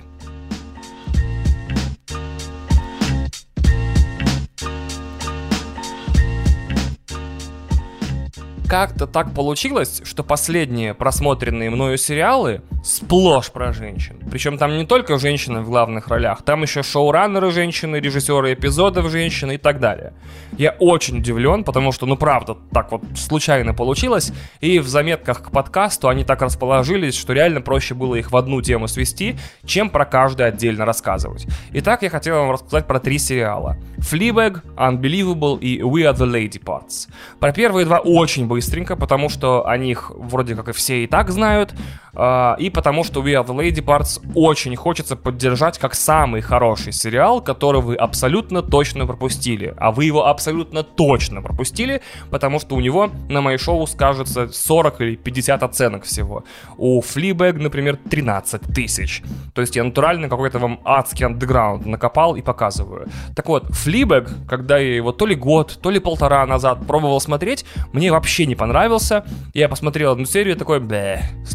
Как-то так получилось, что последние просмотренные мною сериалы сплошь про женщин. Причем там не только женщины в главных ролях, там еще шоураннеры женщины, режиссеры эпизодов женщины и так далее. Я очень удивлен, потому что, ну правда, так вот случайно получилось, и в заметках к подкасту они так расположились, что реально проще было их в одну тему свести, чем про каждый отдельно рассказывать. Итак, я хотел вам рассказать про три сериала: Fleabag, Unbelievable и We Are The Lady Parts. Про первые два очень быстренько, потому что о них вроде как и все и так знают, и потому что We Are The Lady Parts очень хочется поддержать как самый хороший сериал, который вы абсолютно точно пропустили. А вы его абсолютно точно пропустили, потому что у него на мои шоу скажется сорок или пятьдесят оценок всего. У Fleabag, например, тринадцать тысяч. То есть я натурально какой-то вам адский андеграунд накопал и показываю. Так вот, Fleabag, когда я его то ли год, то ли полтора назад пробовал смотреть, мне вообще не понравился. Я посмотрел одну серию и такой, бля, слишком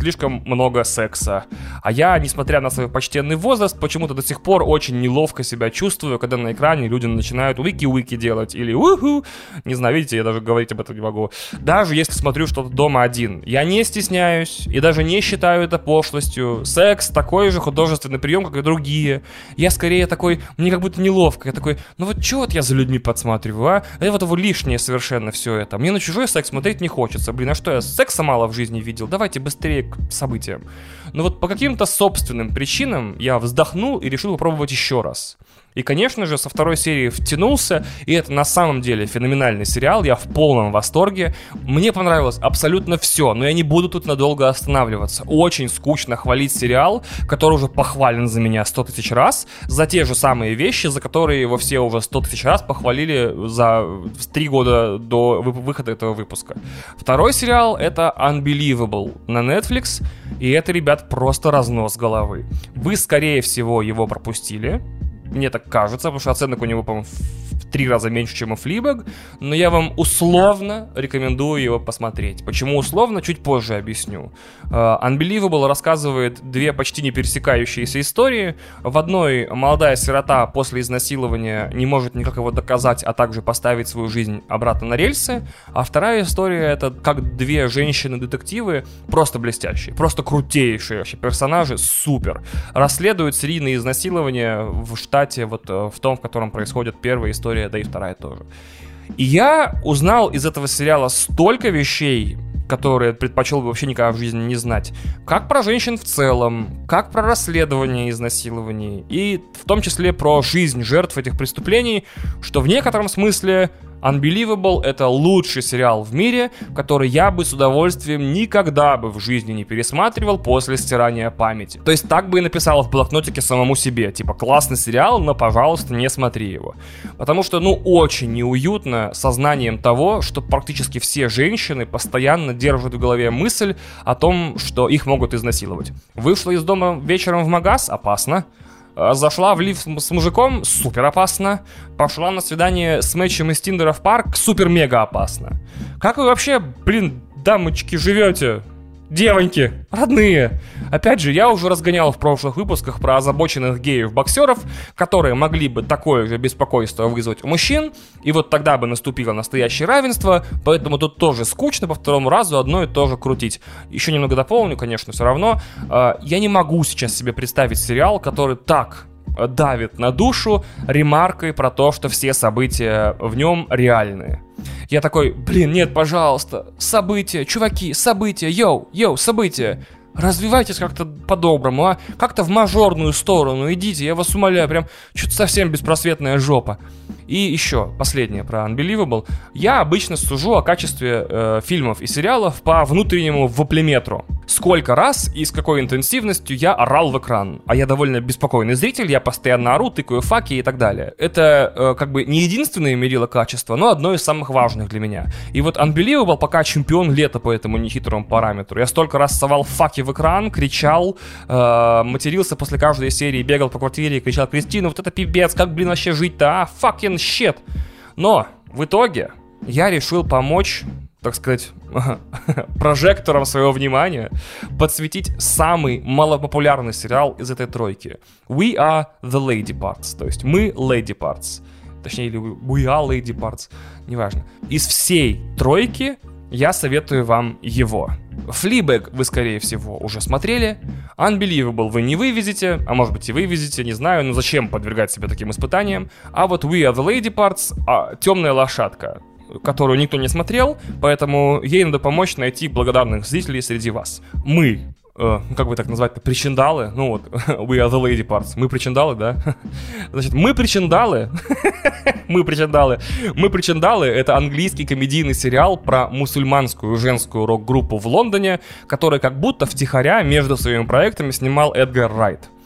много секса. А я, несмотря на свой почтенный возраст, почему-то до сих пор очень неловко себя чувствую, когда на экране люди начинают уики-уики делать или уху. Не знаю, видите, я даже говорить об этом не могу. Даже если смотрю что-то дома один. Я не стесняюсь и даже не считаю это пошлостью. Секс такой же художественный прием, как и другие. Я скорее такой, мне как будто неловко. Я такой, ну вот чё вот я за людьми подсматриваю, а? Это вот его лишнее совершенно все это. Мне на чужой секс смотреть не хочется. Блин, а что, я секса мало в жизни видел? Давайте быстрее к событиям. Но вот по каким-то собственным причинам я вздохнул и решил попробовать еще раз. И, конечно же, со второй серии втянулся, и это на самом деле феноменальный сериал, я в полном восторге. Мне понравилось абсолютно все, но я не буду тут надолго останавливаться. Очень скучно хвалить сериал, который уже похвален за меня сто тысяч раз, за те же самые вещи, за которые его все уже сто тысяч раз похвалили за три года до выхода этого выпуска. Второй сериал — это Unbelievable на Netflix, и это, ребят, просто разнос головы. Вы, скорее всего, его пропустили. Мне так кажется, потому что оценок у него, по-моему, в три раза меньше, чем у Fleabag. Но я вам условно рекомендую его посмотреть. Почему условно, чуть позже объясню. uh, Unbelievable рассказывает две почти не пересекающиеся истории. В одной молодая сирота после изнасилования не может никак его доказать, а также поставить свою жизнь обратно на рельсы. А вторая история — это как две женщины-детективы, просто блестящие, просто крутейшие вообще персонажи, супер, расследуют серийные изнасилования в штате, вот в том, в котором происходит первая история, да и вторая тоже. И я узнал из этого сериала столько вещей, которые предпочел бы вообще никогда в жизни не знать. Как про женщин в целом, как про расследование изнасилований, и в том числе про жизнь жертв этих преступлений, что в некотором смысле Unbelievable — это лучший сериал в мире, который я бы с удовольствием никогда бы в жизни не пересматривал после стирания памяти. То есть так бы и написал в блокнотике самому себе, типа, классный сериал, но, пожалуйста, не смотри его. Потому что, ну, очень неуютно сознанием того, что практически все женщины постоянно держат в голове мысль о том, что их могут изнасиловать. Вышла из дома вечером в магаз — опасно. Зашла в лифт с мужиком — супер опасно. Пошла на свидание с мэтчем из Тиндера в парк — супер-мега опасно. Как вы вообще, блин, дамочки, живете? Девоньки, родные. Опять же, я уже разгонял в прошлых выпусках про озабоченных геев-боксеров, которые могли бы такое же беспокойство вызвать у мужчин, и вот тогда бы наступило настоящее равенство, поэтому тут тоже скучно по второму разу одно и то же крутить. Еще немного дополню, конечно, все равно. Я не могу сейчас себе представить сериал, который так давит на душу ремаркой про то, что все события в нем реальные. Я такой, блин, нет, пожалуйста, события, чуваки, события, йоу, йоу, события. Развивайтесь как-то по-доброму, а? Как-то в мажорную сторону идите, я вас умоляю, прям что-то совсем беспросветная жопа. И еще последнее про Unbelievable. Я обычно сужу о качестве э, фильмов и сериалов по внутреннему воплеметру. Сколько раз и с какой интенсивностью я орал в экран. А я довольно беспокойный зритель, я постоянно ору, тыкаю факи и так далее. Это э, как бы не единственное мерило качества, но одно из самых важных для меня. И вот Unbelievable пока чемпион лета по этому нехитрому параметру. Я столько раз совал факи в экран, кричал, э, матерился после каждой серии, бегал по квартире и кричал: Кристина, вот это пипец, как, блин, вообще жить-то, а? Fucking shit. Но в итоге я решил помочь, так сказать, прожектором своего внимания подсветить самый малопопулярный сериал из этой тройки. We are the Lady Parts. То есть мы Lady Parts. Точнее, или We are Lady Parts. Неважно. Из всей тройки я советую вам его. Fleabag вы, скорее всего, уже смотрели. Unbelievable вы не вывезете, а может быть и вывезете, не знаю, но зачем подвергать себя таким испытаниям. А вот We are the Lady Parts а, темная лошадка, которую никто не смотрел, поэтому ей надо помочь найти благодарных зрителей среди вас. Мы, э, как бы так назвать-то, причиндалы, ну вот, We are the Lady Parts, мы причиндалы, да? Значит, мы причиндалы, мы причиндалы, мы причиндалы — это английский комедийный сериал про мусульманскую женскую рок-группу в Лондоне, который как будто втихаря между своими проектами снимал Эдгар Райт.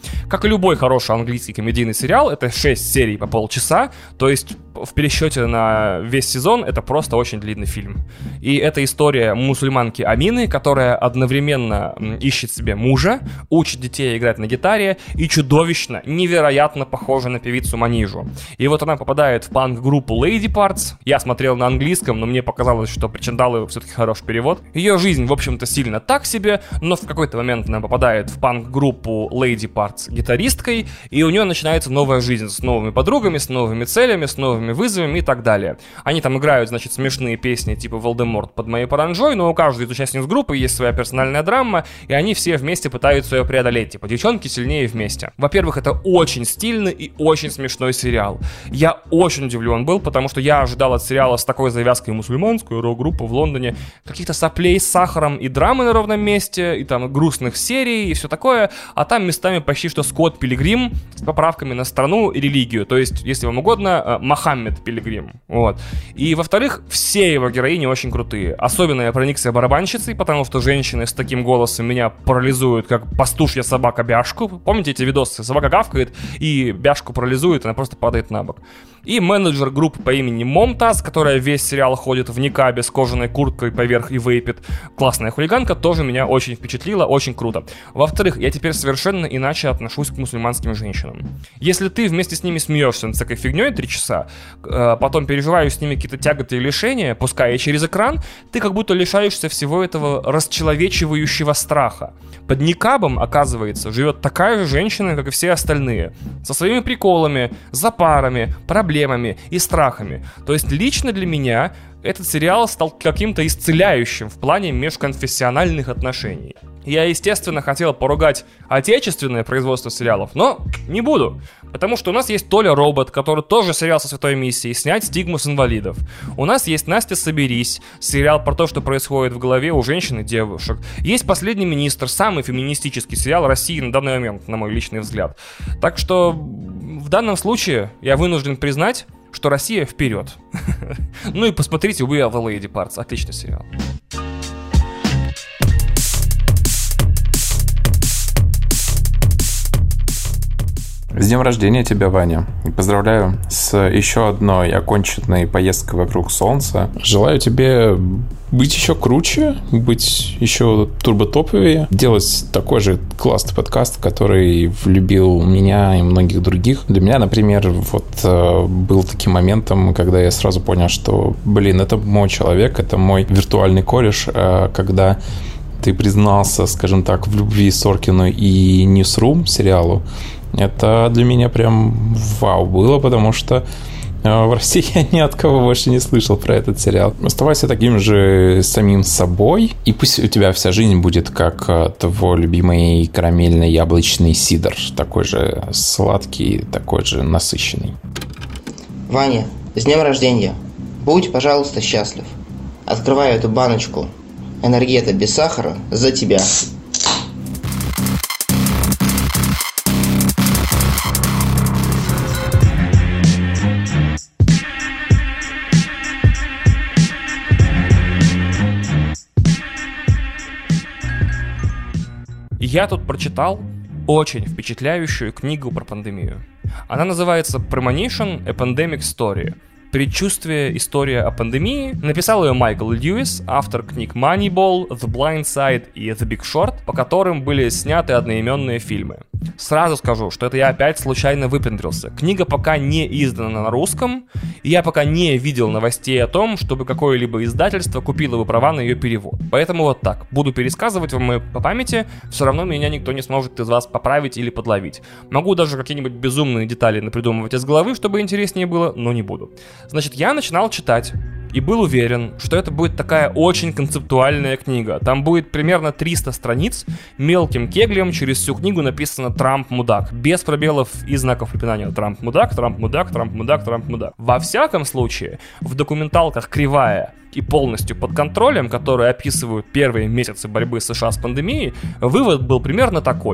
Как и любой хороший английский комедийный сериал, это шесть серий по полчаса, то есть в пересчете на весь сезон это просто очень длинный фильм. И это история мусульманки Амины, которая одновременно ищет себе мужа, учит детей играть на гитаре и чудовищно, невероятно похожа на певицу Манижу. И вот она попадает в панк-группу Lady Parts. Я смотрел на английском, но мне показалось, что «Причиндалы» все-таки хороший перевод. Ее жизнь, в общем-то, сильно так себе, но в какой-то момент она попадает в панк-группу Lady Parts гитаристкой, и у нее начинается новая жизнь с новыми подругами, с новыми целями, с новыми вызовами и так далее. Они там играют, значит, смешные песни типа «Волдеморт под моей паранджой», но у каждой из участниц группы есть своя персональная драма, и они все вместе пытаются ее преодолеть. Типа девчонки сильнее вместе. Во-первых, это очень стильный и очень смешной сериал. Я очень удивлен был, потому что я ожидал от сериала с такой завязкой мусульманскую рок-группу в Лондоне каких-то соплей с сахаром и драмы на ровном месте, и там грустных серий, и все такое, а там местами почти что Скотт Пилигрим с поправками на страну и религию, то есть, если вам угодно, Мохаммед Пилигрим. Вот. И, во-вторых, все его героини очень крутые. Особенно я проникся барабанщицей, потому что женщины с таким голосом меня парализуют, как пастушья собака Бяшку. Помните эти видосы? Собака гавкает, и Бяшку парализует, она просто падает на бок. И менеджер группы по имени Момтаз, которая весь сериал ходит в никабе с кожаной курткой поверх и вейпит. Классная хулиганка, тоже меня очень впечатлила, очень круто. Во-вторых, я теперь совершенно иначе отношусь к мусульманским женщинам. Если ты вместе с ними смеешься над всякой фигней три часа, э, потом переживаешь с ними какие-то тяготы и лишения, пускай и через экран, ты как будто лишаешься всего этого расчеловечивающего страха. Под никабом, оказывается, живет такая же женщина, как и все остальные. Со своими приколами, запарами, проблемами и страхами. То есть лично для меня этот сериал стал каким-то исцеляющим в плане межконфессиональных отношений. Я, естественно, хотел поругать отечественное производство сериалов, но не буду, потому что у нас есть Толя Робот, который тоже сериал со святой миссией «Снять стигму с инвалидов». У нас есть Настя Соберись, сериал про то, что происходит в голове у женщин и девушек. Есть «Последний министр», самый феминистический сериал России на данный момент, на мой личный взгляд. Так что в данном случае я вынужден признать, что Россия вперед. Ну и посмотрите We Are the Lady Parts, отличный сериал. С днем рождения тебя, Ваня. Поздравляю с еще одной оконченной поездкой вокруг Солнца. Желаю тебе быть еще круче, быть еще турботоповее, делать такой же классный подкаст, который влюбил меня и многих других. Для меня, например, вот э, был таким моментом, когда я сразу понял, что, блин, это мой человек, это мой виртуальный кореш, э, когда ты признался, скажем так, в любви Соркину и Newsroom сериалу. Это для меня прям вау было, потому что в России я ни от кого больше не слышал про этот сериал. Оставайся таким же самим собой, и пусть у тебя вся жизнь будет как твой любимый карамельный яблочный сидр. Такой же сладкий, такой же насыщенный. Ваня, с днем рождения. Будь, пожалуйста, счастлив. Открываю эту баночку энергета без сахара за тебя. Я тут прочитал очень впечатляющую книгу про пандемию. Она называется Premonition: A Pandemic Story. Предчувствие, история о пандемии. Написал ее Майкл Льюис, автор книг Moneyball, The Blind Side и The Big Short, по которым были сняты одноименные фильмы. Сразу скажу, что это я опять случайно выпендрился. Книга пока не издана на русском, и я пока не видел новостей о том, чтобы какое-либо издательство купило бы права на ее перевод. Поэтому вот так. Буду пересказывать вам ее по памяти, все равно меня никто не сможет из вас поправить или подловить. Могу даже какие-нибудь безумные детали напридумывать из головы, чтобы интереснее было, но не буду. Значит, я начинал читать и был уверен, что это будет такая очень концептуальная книга. Там будет примерно триста страниц, мелким кеглем через всю книгу написано «Трамп-мудак», без пробелов и знаков препинания. Трамп-мудак, Трамп-мудак, Трамп-мудак, Трамп-мудак. Во всяком случае, в документалках «Кривая» и полностью под контролем, которые описывают первые месяцы борьбы США с пандемией, вывод был примерно такой.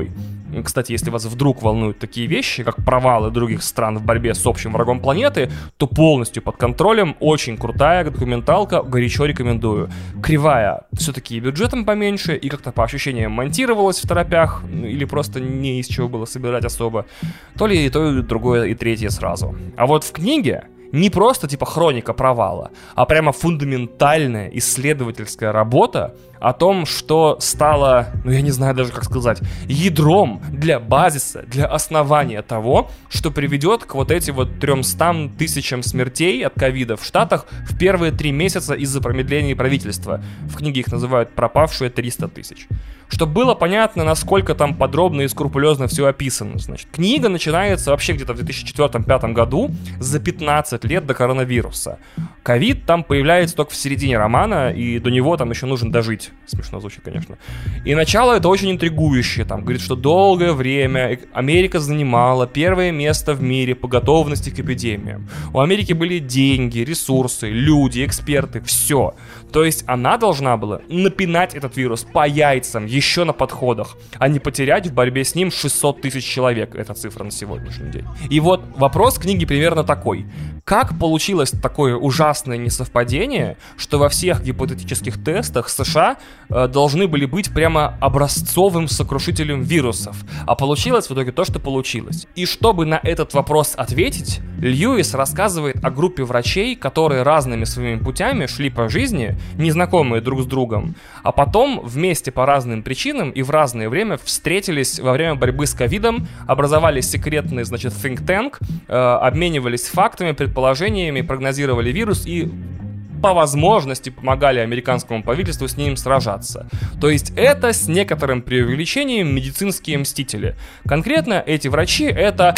Кстати, если вас вдруг волнуют такие вещи, как провалы других стран в борьбе с общим врагом планеты, то полностью под контролем, очень крутая документалка, горячо рекомендую. Кривая все-таки и бюджетом поменьше, и как-то по ощущениям монтировалась в торопях, или просто не из чего было собирать особо, то ли и то, и другое, и третье сразу. А вот в книге не просто типа хроника провала, а прямо фундаментальная исследовательская работа о том, что стало, ну я не знаю даже как сказать, ядром для базиса, для основания того, что приведет к вот этим вот трёмстам тысячам смертей от ковида в Штатах в первые три месяца из-за промедления правительства. В книге их называют пропавшие триста тысяч. Чтобы было понятно, насколько там подробно и скрупулезно все описано. Значит, книга начинается вообще где-то в две тысячи четвёртом-две тысячи пятом году, за пятнадцать лет до коронавируса. Ковид там появляется только в середине романа, и до него там еще нужно дожить. Смешно звучит, конечно. И начало это очень интригующее. Там говорит, что долгое время Америка занимала первое место в мире по готовности к эпидемиям. У Америки были деньги, ресурсы, люди, эксперты, все. То есть она должна была напинать этот вирус по яйцам еще на подходах, а не потерять в борьбе с ним шестьсот тысяч человек. Это цифра на сегодняшний день. И вот вопрос книги примерно такой. Как получилось такое ужасное несовпадение, что во всех гипотетических тестах США э, должны были быть прямо образцовым сокрушителем вирусов, а получилось в итоге то, что получилось. И чтобы на этот вопрос ответить, Льюис рассказывает о группе врачей, которые разными своими путями шли по жизни, незнакомые друг с другом, а потом вместе по разным причинам и в разное время встретились во время борьбы с ковидом, образовали секретный, значит, think tank, э, обменивались фактами, предположениями, прогнозировали вирус и по возможности помогали американскому правительству с ним сражаться. То есть это с некоторым преувеличением медицинские мстители. Конкретно эти врачи это...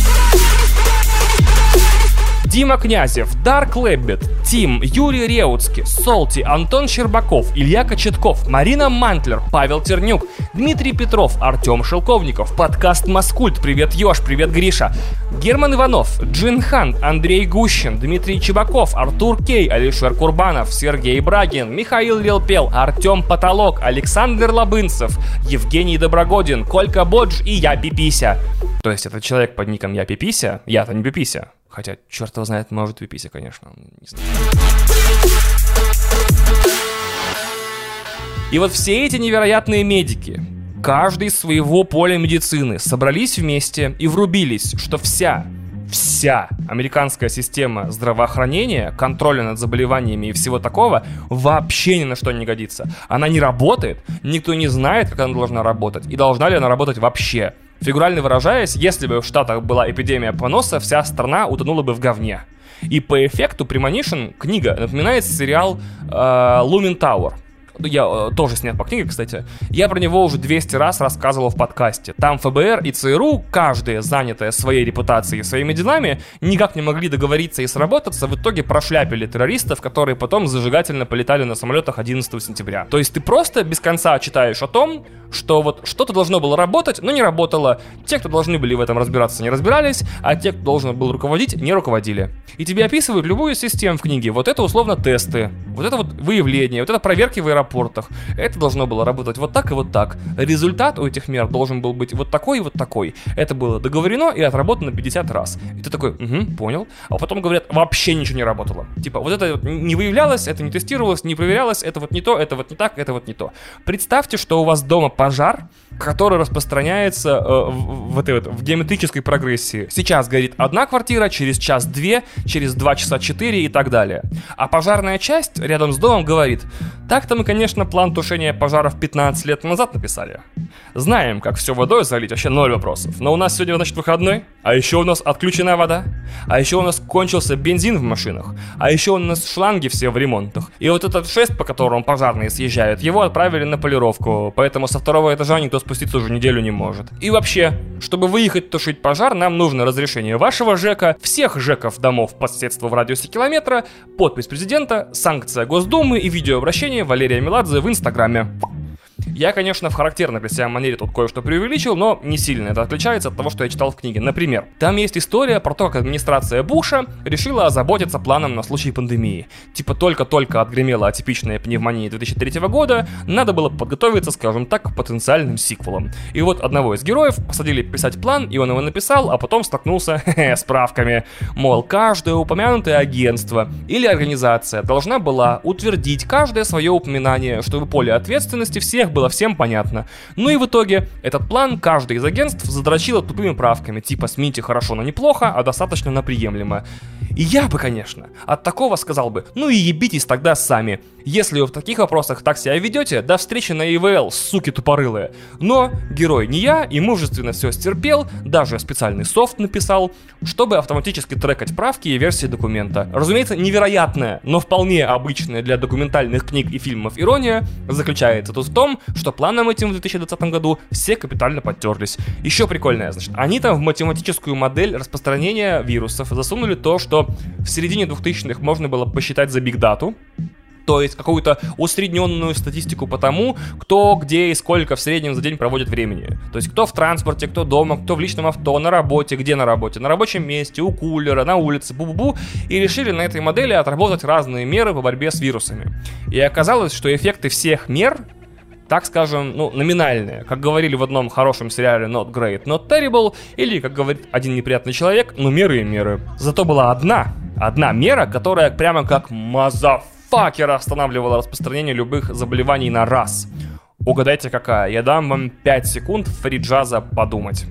Дима Князев, Дарк Лэббит, Тим, Юрий Реутский, Солти, Антон Щербаков, Илья Кочетков, Марина Мантлер, Павел Тернюк, Дмитрий Петров, Артем Шелковников, подкаст Маскульт, привет Ёж, привет Гриша, Герман Иванов, Джин Хан, Андрей Гущин, Дмитрий Чебаков, Артур Кей, Алишер Курбанов, Сергей Брагин, Михаил Лилпел, Артем Потолок, Александр Лабынцев, Евгений Доброгодин, Колька Бодж и я Пипися. То есть это человек под ником я Пипися, я-то не Пипися. Хотя, черт его знает, может Пипися, конечно. Не знаю. И вот все эти невероятные медики, каждый из своего поля медицины, собрались вместе и врубились, что вся, вся американская система здравоохранения, контроля над заболеваниями и всего такого вообще ни на что не годится. Она не работает, никто не знает, как она должна работать, и должна ли она работать вообще. Фигурально выражаясь, если бы в Штатах была эпидемия поноса, вся страна утонула бы в говне. И по эффекту Premonition книга напоминает сериал э, Lumen Tower. Я э, тоже снят по книге, кстати. Я про него уже двести раз рассказывал в подкасте. Там эф бэ эр и цэ эр у, каждая занятая своей репутацией и своими делами, никак не могли договориться и сработаться. В итоге прошляпили террористов, которые потом зажигательно полетали на самолетах одиннадцатого сентября. То есть ты просто без конца читаешь о том, что вот что-то должно было работать, но не работало. Те, кто должны были в этом разбираться, не разбирались, а те, кто должен был руководить, не руководили. И тебе описывают любую систему в книге. Вот это условно тесты, вот это вот выявление, вот это проверки в аэропортах. Это должно было работать вот так и вот так. Результат у этих мер должен был быть вот такой и вот такой. Это было договорено и отработано пятьдесят раз. И ты такой, угу, понял. А потом говорят, вообще ничего не работало. Типа, вот это вот не выявлялось, это не тестировалось, не проверялось, это вот не то, это вот не так, это вот не то. Представьте, что у вас дома пожар, который распространяется э, в, в этой вот в геометрической прогрессии. Сейчас горит одна квартира, через час две, через два часа четыре и так далее. А пожарная часть рядом с домом говорит, так-то мы, конечно, план тушения пожаров пятнадцать лет назад написали. Знаем, как все водой залить, вообще ноль вопросов. Но у нас сегодня, значит, выходной, а еще у нас отключена вода, а еще у нас кончился бензин в машинах, а еще у нас шланги все в ремонтах. И вот этот шест, по которому пожарные съезжают, его отправили на полировку, поэтому со второго этажа никто спуститься уже неделю не может. И вообще, чтобы выехать тушить пожар, нам нужно разрешение вашего ЖЭКа, всех ЖЭКов домов по соседству в радиусе километра, подпись президента, санкция Госдумы и видеообращение Валерия Меладзе в Инстаграме. Я, конечно, в характерной для себя манере тут кое-что преувеличил, но не сильно это отличается от того, что я читал в книге. Например, там есть история про то, как администрация Буша решила озаботиться планом на случай пандемии. Типа только-только отгремела атипичная пневмония две тысячи третьего года, надо было подготовиться, скажем так, к потенциальным сиквелам. И вот одного из героев посадили писать план, и он его написал, а потом столкнулся с справками. Мол, каждое упомянутое агентство или организация должна была утвердить каждое свое упоминание, чтобы поле ответственности всех было всем понятно. Ну и в итоге этот план каждое из агентств задрочило тупыми правками, типа «смените хорошо, но неплохо, а достаточно на приемлемо». И я бы, конечно, от такого сказал бы: ну и ебитесь тогда сами. Если вы в таких вопросах так себя ведете, до встречи на и ви эл, суки тупорылые. Но герой не я, и мужественно все стерпел, даже специальный софт написал, чтобы автоматически трекать правки и версии документа. Разумеется, невероятная, но вполне обычная для документальных книг и фильмов ирония заключается тут в том, что планом этим в две тысячи двадцатом году все капитально подтерлись. Еще прикольное, значит, они там в математическую модель распространения вирусов засунули то, что в середине двухтысячных можно было посчитать за бигдату. То есть какую-то усредненную статистику по тому, кто, где и сколько в среднем за день проводит времени. То есть кто в транспорте, кто дома, кто в личном авто, на работе, где на работе, на рабочем месте, у кулера, на улице, бу-бу-бу. И решили на этой модели отработать разные меры по борьбе с вирусами. И оказалось, что эффекты всех мер, так скажем, ну, номинальные. Как говорили в одном хорошем сериале Not Great, Not Terrible, или, как говорит один неприятный человек, ну меры и меры. Зато была одна, одна мера, которая прямо как мазаф Факера останавливала распространение любых заболеваний на раз. Угадайте какая? Я дам вам пять секунд фри-джаза подумать.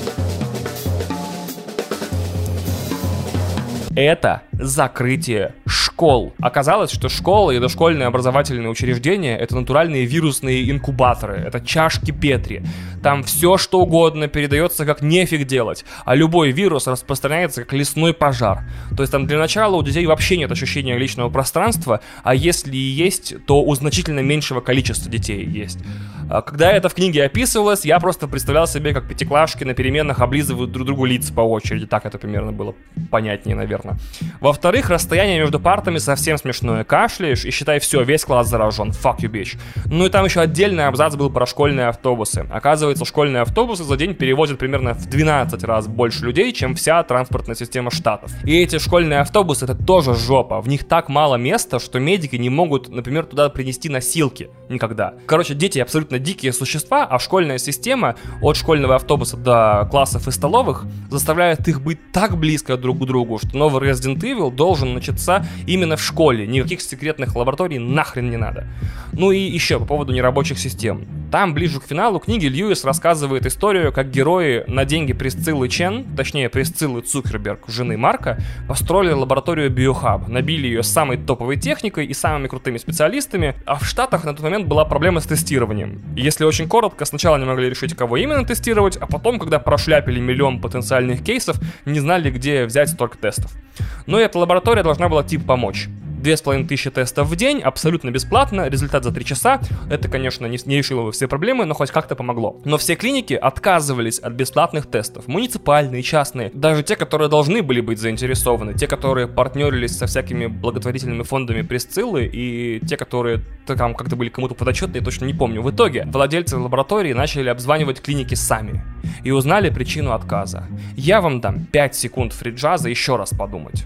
Это закрытие школ. Оказалось, что школы и дошкольные образовательные учреждения — это натуральные вирусные инкубаторы, это чашки Петри. Там все что угодно передается как нефиг делать, а любой вирус распространяется как лесной пожар. То есть там для начала у детей вообще нет ощущения личного пространства, а если и есть, то у значительно меньшего количества детей есть. Когда это в книге описывалось, я просто представлял себе, как пятиклашки на переменах облизывают друг другу лица по очереди. Так это примерно было понятнее, наверное. Во-вторых, расстояние между партами совсем смешное. Кашляешь и считай, все, весь класс заражен. Fuck you, bitch. Ну и там еще отдельный абзац был про школьные автобусы. Оказывается, школьные автобусы за день перевозят примерно в двенадцать раз больше людей, чем вся транспортная система штатов. И эти школьные автобусы — это тоже жопа. В них так мало места, что медики не могут, например, туда принести носилки. Никогда. Короче, дети абсолютно дикие существа, а школьная система от школьного автобуса до классов и столовых заставляет их быть так близко друг к другу, что новый Resident Evil должен начаться именно в школе. Никаких секретных лабораторий нахрен не надо. Ну и еще по поводу нерабочих систем. Там, ближе к финалу книги, Льюис рассказывает историю, как герои на деньги Присциллы Чен, точнее Присциллы Цукерберг, жены Марка, построили лабораторию Биохаб, набили ее самой топовой техникой и самыми крутыми специалистами, а в Штатах на тот момент была проблема с тестированием. Если очень коротко, сначала не могли решить, кого именно тестировать, а потом, когда прошляпили миллион потенциальных кейсов, не знали, где взять столько тестов. Но эта лаборатория должна была типа помочь. Две с половиной тысячи тестов в день, абсолютно бесплатно, результат за три часа. Это, конечно, не, не решило бы все проблемы, но хоть как-то помогло. Но все клиники отказывались от бесплатных тестов. Муниципальные, частные, даже те, которые должны были быть заинтересованы. Те, которые партнерились со всякими благотворительными фондами Присциллы, и те, которые там как-то были кому-то подотчетны, я точно не помню. В итоге владельцы лаборатории начали обзванивать клиники сами и узнали причину отказа. Я вам дам пять секунд фри-джаза еще раз подумать.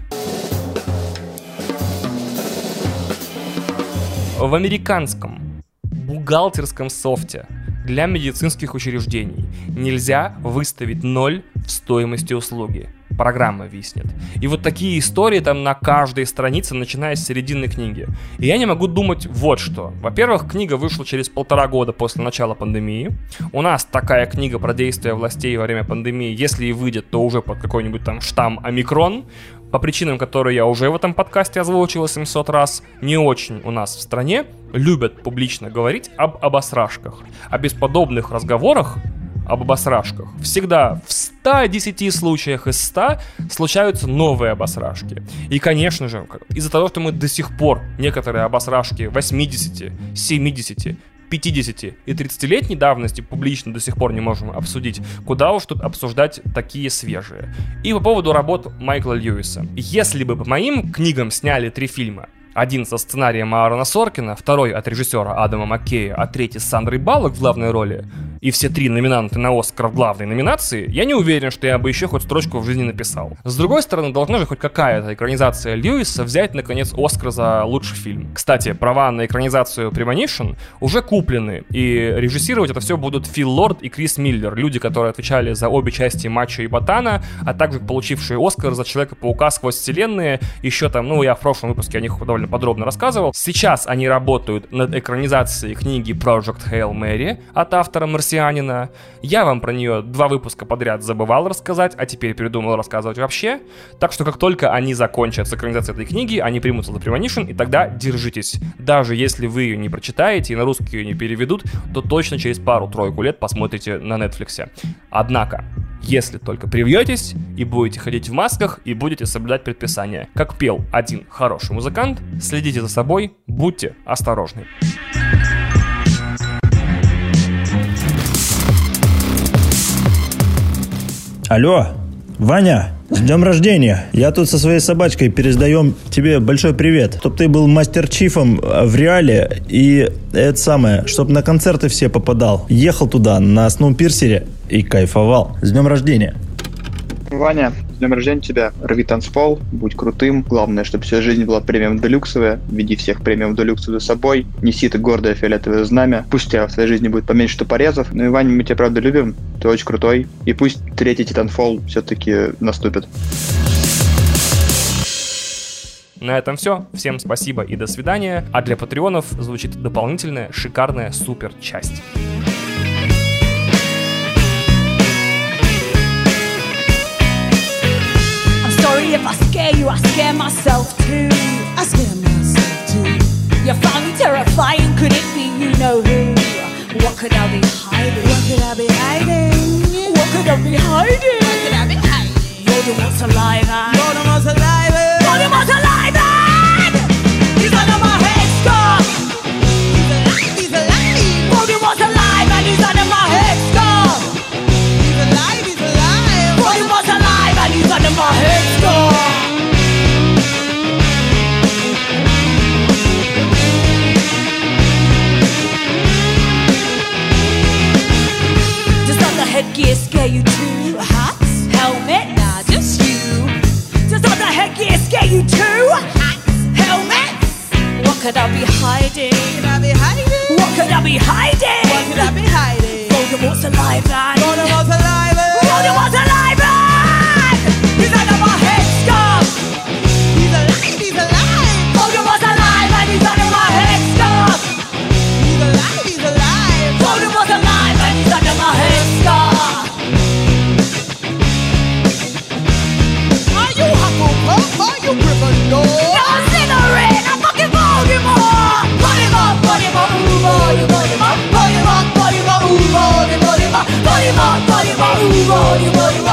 В американском бухгалтерском софте для медицинских учреждений нельзя выставить ноль в стоимости услуги. Программа виснет. И вот такие истории там на каждой странице, начиная с середины книги. И я не могу думать вот что. Во-первых, книга вышла через полтора года после начала пандемии. У нас такая книга про действия властей во время пандемии, если и выйдет, то уже под какой-нибудь там штамм омикрон. По причинам, которые я уже в этом подкасте озвучил семьсот раз, не очень у нас в стране любят публично говорить об обосрашках. О бесподобных разговорах об обосрашках всегда в ста десяти случаях из ста случаются новые обосрашки. И, конечно же, из-за того, что мы до сих пор некоторые обосрашки восьмидесяти, семидесяти, пятидесяти и тридцатилетней давности публично до сих пор не можем обсудить, куда уж тут обсуждать такие свежие. И по поводу работ Майкла Льюиса. Если бы по моим книгам сняли три фильма, Один со сценарием Аарона Соркина, второй от режиссера Адама Маккея, а третий с Сандрой Баллок в главной роли, и все три номинанты на Оскар в главной номинации, я не уверен, что я бы еще хоть строчку в жизни написал. С другой стороны, должна же хоть какая-то экранизация Льюиса взять, наконец, Оскар за лучший фильм. Кстати, права на экранизацию Premonition уже куплены, и режиссировать это все будут Фил Лорд и Крис Миллер, люди, которые отвечали за обе части Мачо и Ботана, а также получившие Оскар за Человека-паука сквозь вселенные. Еще там, ну, я в прошлом выпуске о них довольно подробно рассказывал. Сейчас они работают над экранизацией книги Project Hail Mary от автора «Марсианина». Я вам про нее два выпуска подряд забывал рассказать, а теперь передумал рассказывать вообще. Так что как только они закончат с экранизацией этой книги, они примутся за Premonition, и тогда держитесь. Даже если вы ее не прочитаете и на русский ее не переведут, то точно через пару-тройку лет посмотрите на Netflix. Однако, если только привьетесь и будете ходить в масках и будете соблюдать предписания. Как пел один хороший музыкант, следите за собой, будьте осторожны. Алло, Ваня, с днем рождения. Я тут со своей собачкой передаем тебе большой привет. Чтоб ты был мастер-чифом в реале и это самое, чтоб на концерты все попадал. Ехал туда на Сноупирсере и кайфовал. С днем рождения. Ваня, с днем рождения тебя. Рви танцпол, будь крутым. Главное, чтобы вся жизнь была премиум делюксовая. Веди всех премиум делюксов за собой. Неси ты гордое фиолетовое знамя. Пусть у тебя в твоей жизни будет поменьше топорезов. Ну и, Ваня, мы тебя правда любим. Ты очень крутой. И пусть третий Титанфол все-таки наступит. На этом все. Всем спасибо и до свидания. А для патреонов звучит дополнительная шикарная супер часть. Sorry if I scare you, I scare myself too. I scare myself too. You found me terrifying, could it be you know who? What could I be hiding? What could I be hiding? What could I be hiding? What could I be hiding? Voldemort's alive and Voldemort's alive and Voldemort's alive and he's under my headscarf. He's alive, he's alive. Voldemort's alive and he's under my headscarf. He's alive, he's alive. Voldemort's alive and he's under my headscarf. Headgear scare you too? Hats? Helmet? Nah, just you. Does not the headgear scare you too? Hats? Helmets? What could I be hiding? Could I be hiding? What could I be hiding? What could I be hiding? Voldemort's alive and Voldemort's alive and Voldemort's alive and he's under my headscarf. He's alive, he's alive. Voldemort's alive and he's under my headscarf. He's alive, he's alive. Voldemort's alive and he's under my headscarf. Are you Gryffindor? No, I'm Slytherin! I'm fucking Voldemort! Voldemort, Voldemort, ooh, Voldemort, Voldemort, Voldemort, Voldemort, ooh, Voldemort, Voldemort, Voldemort, ooh, Voldemort.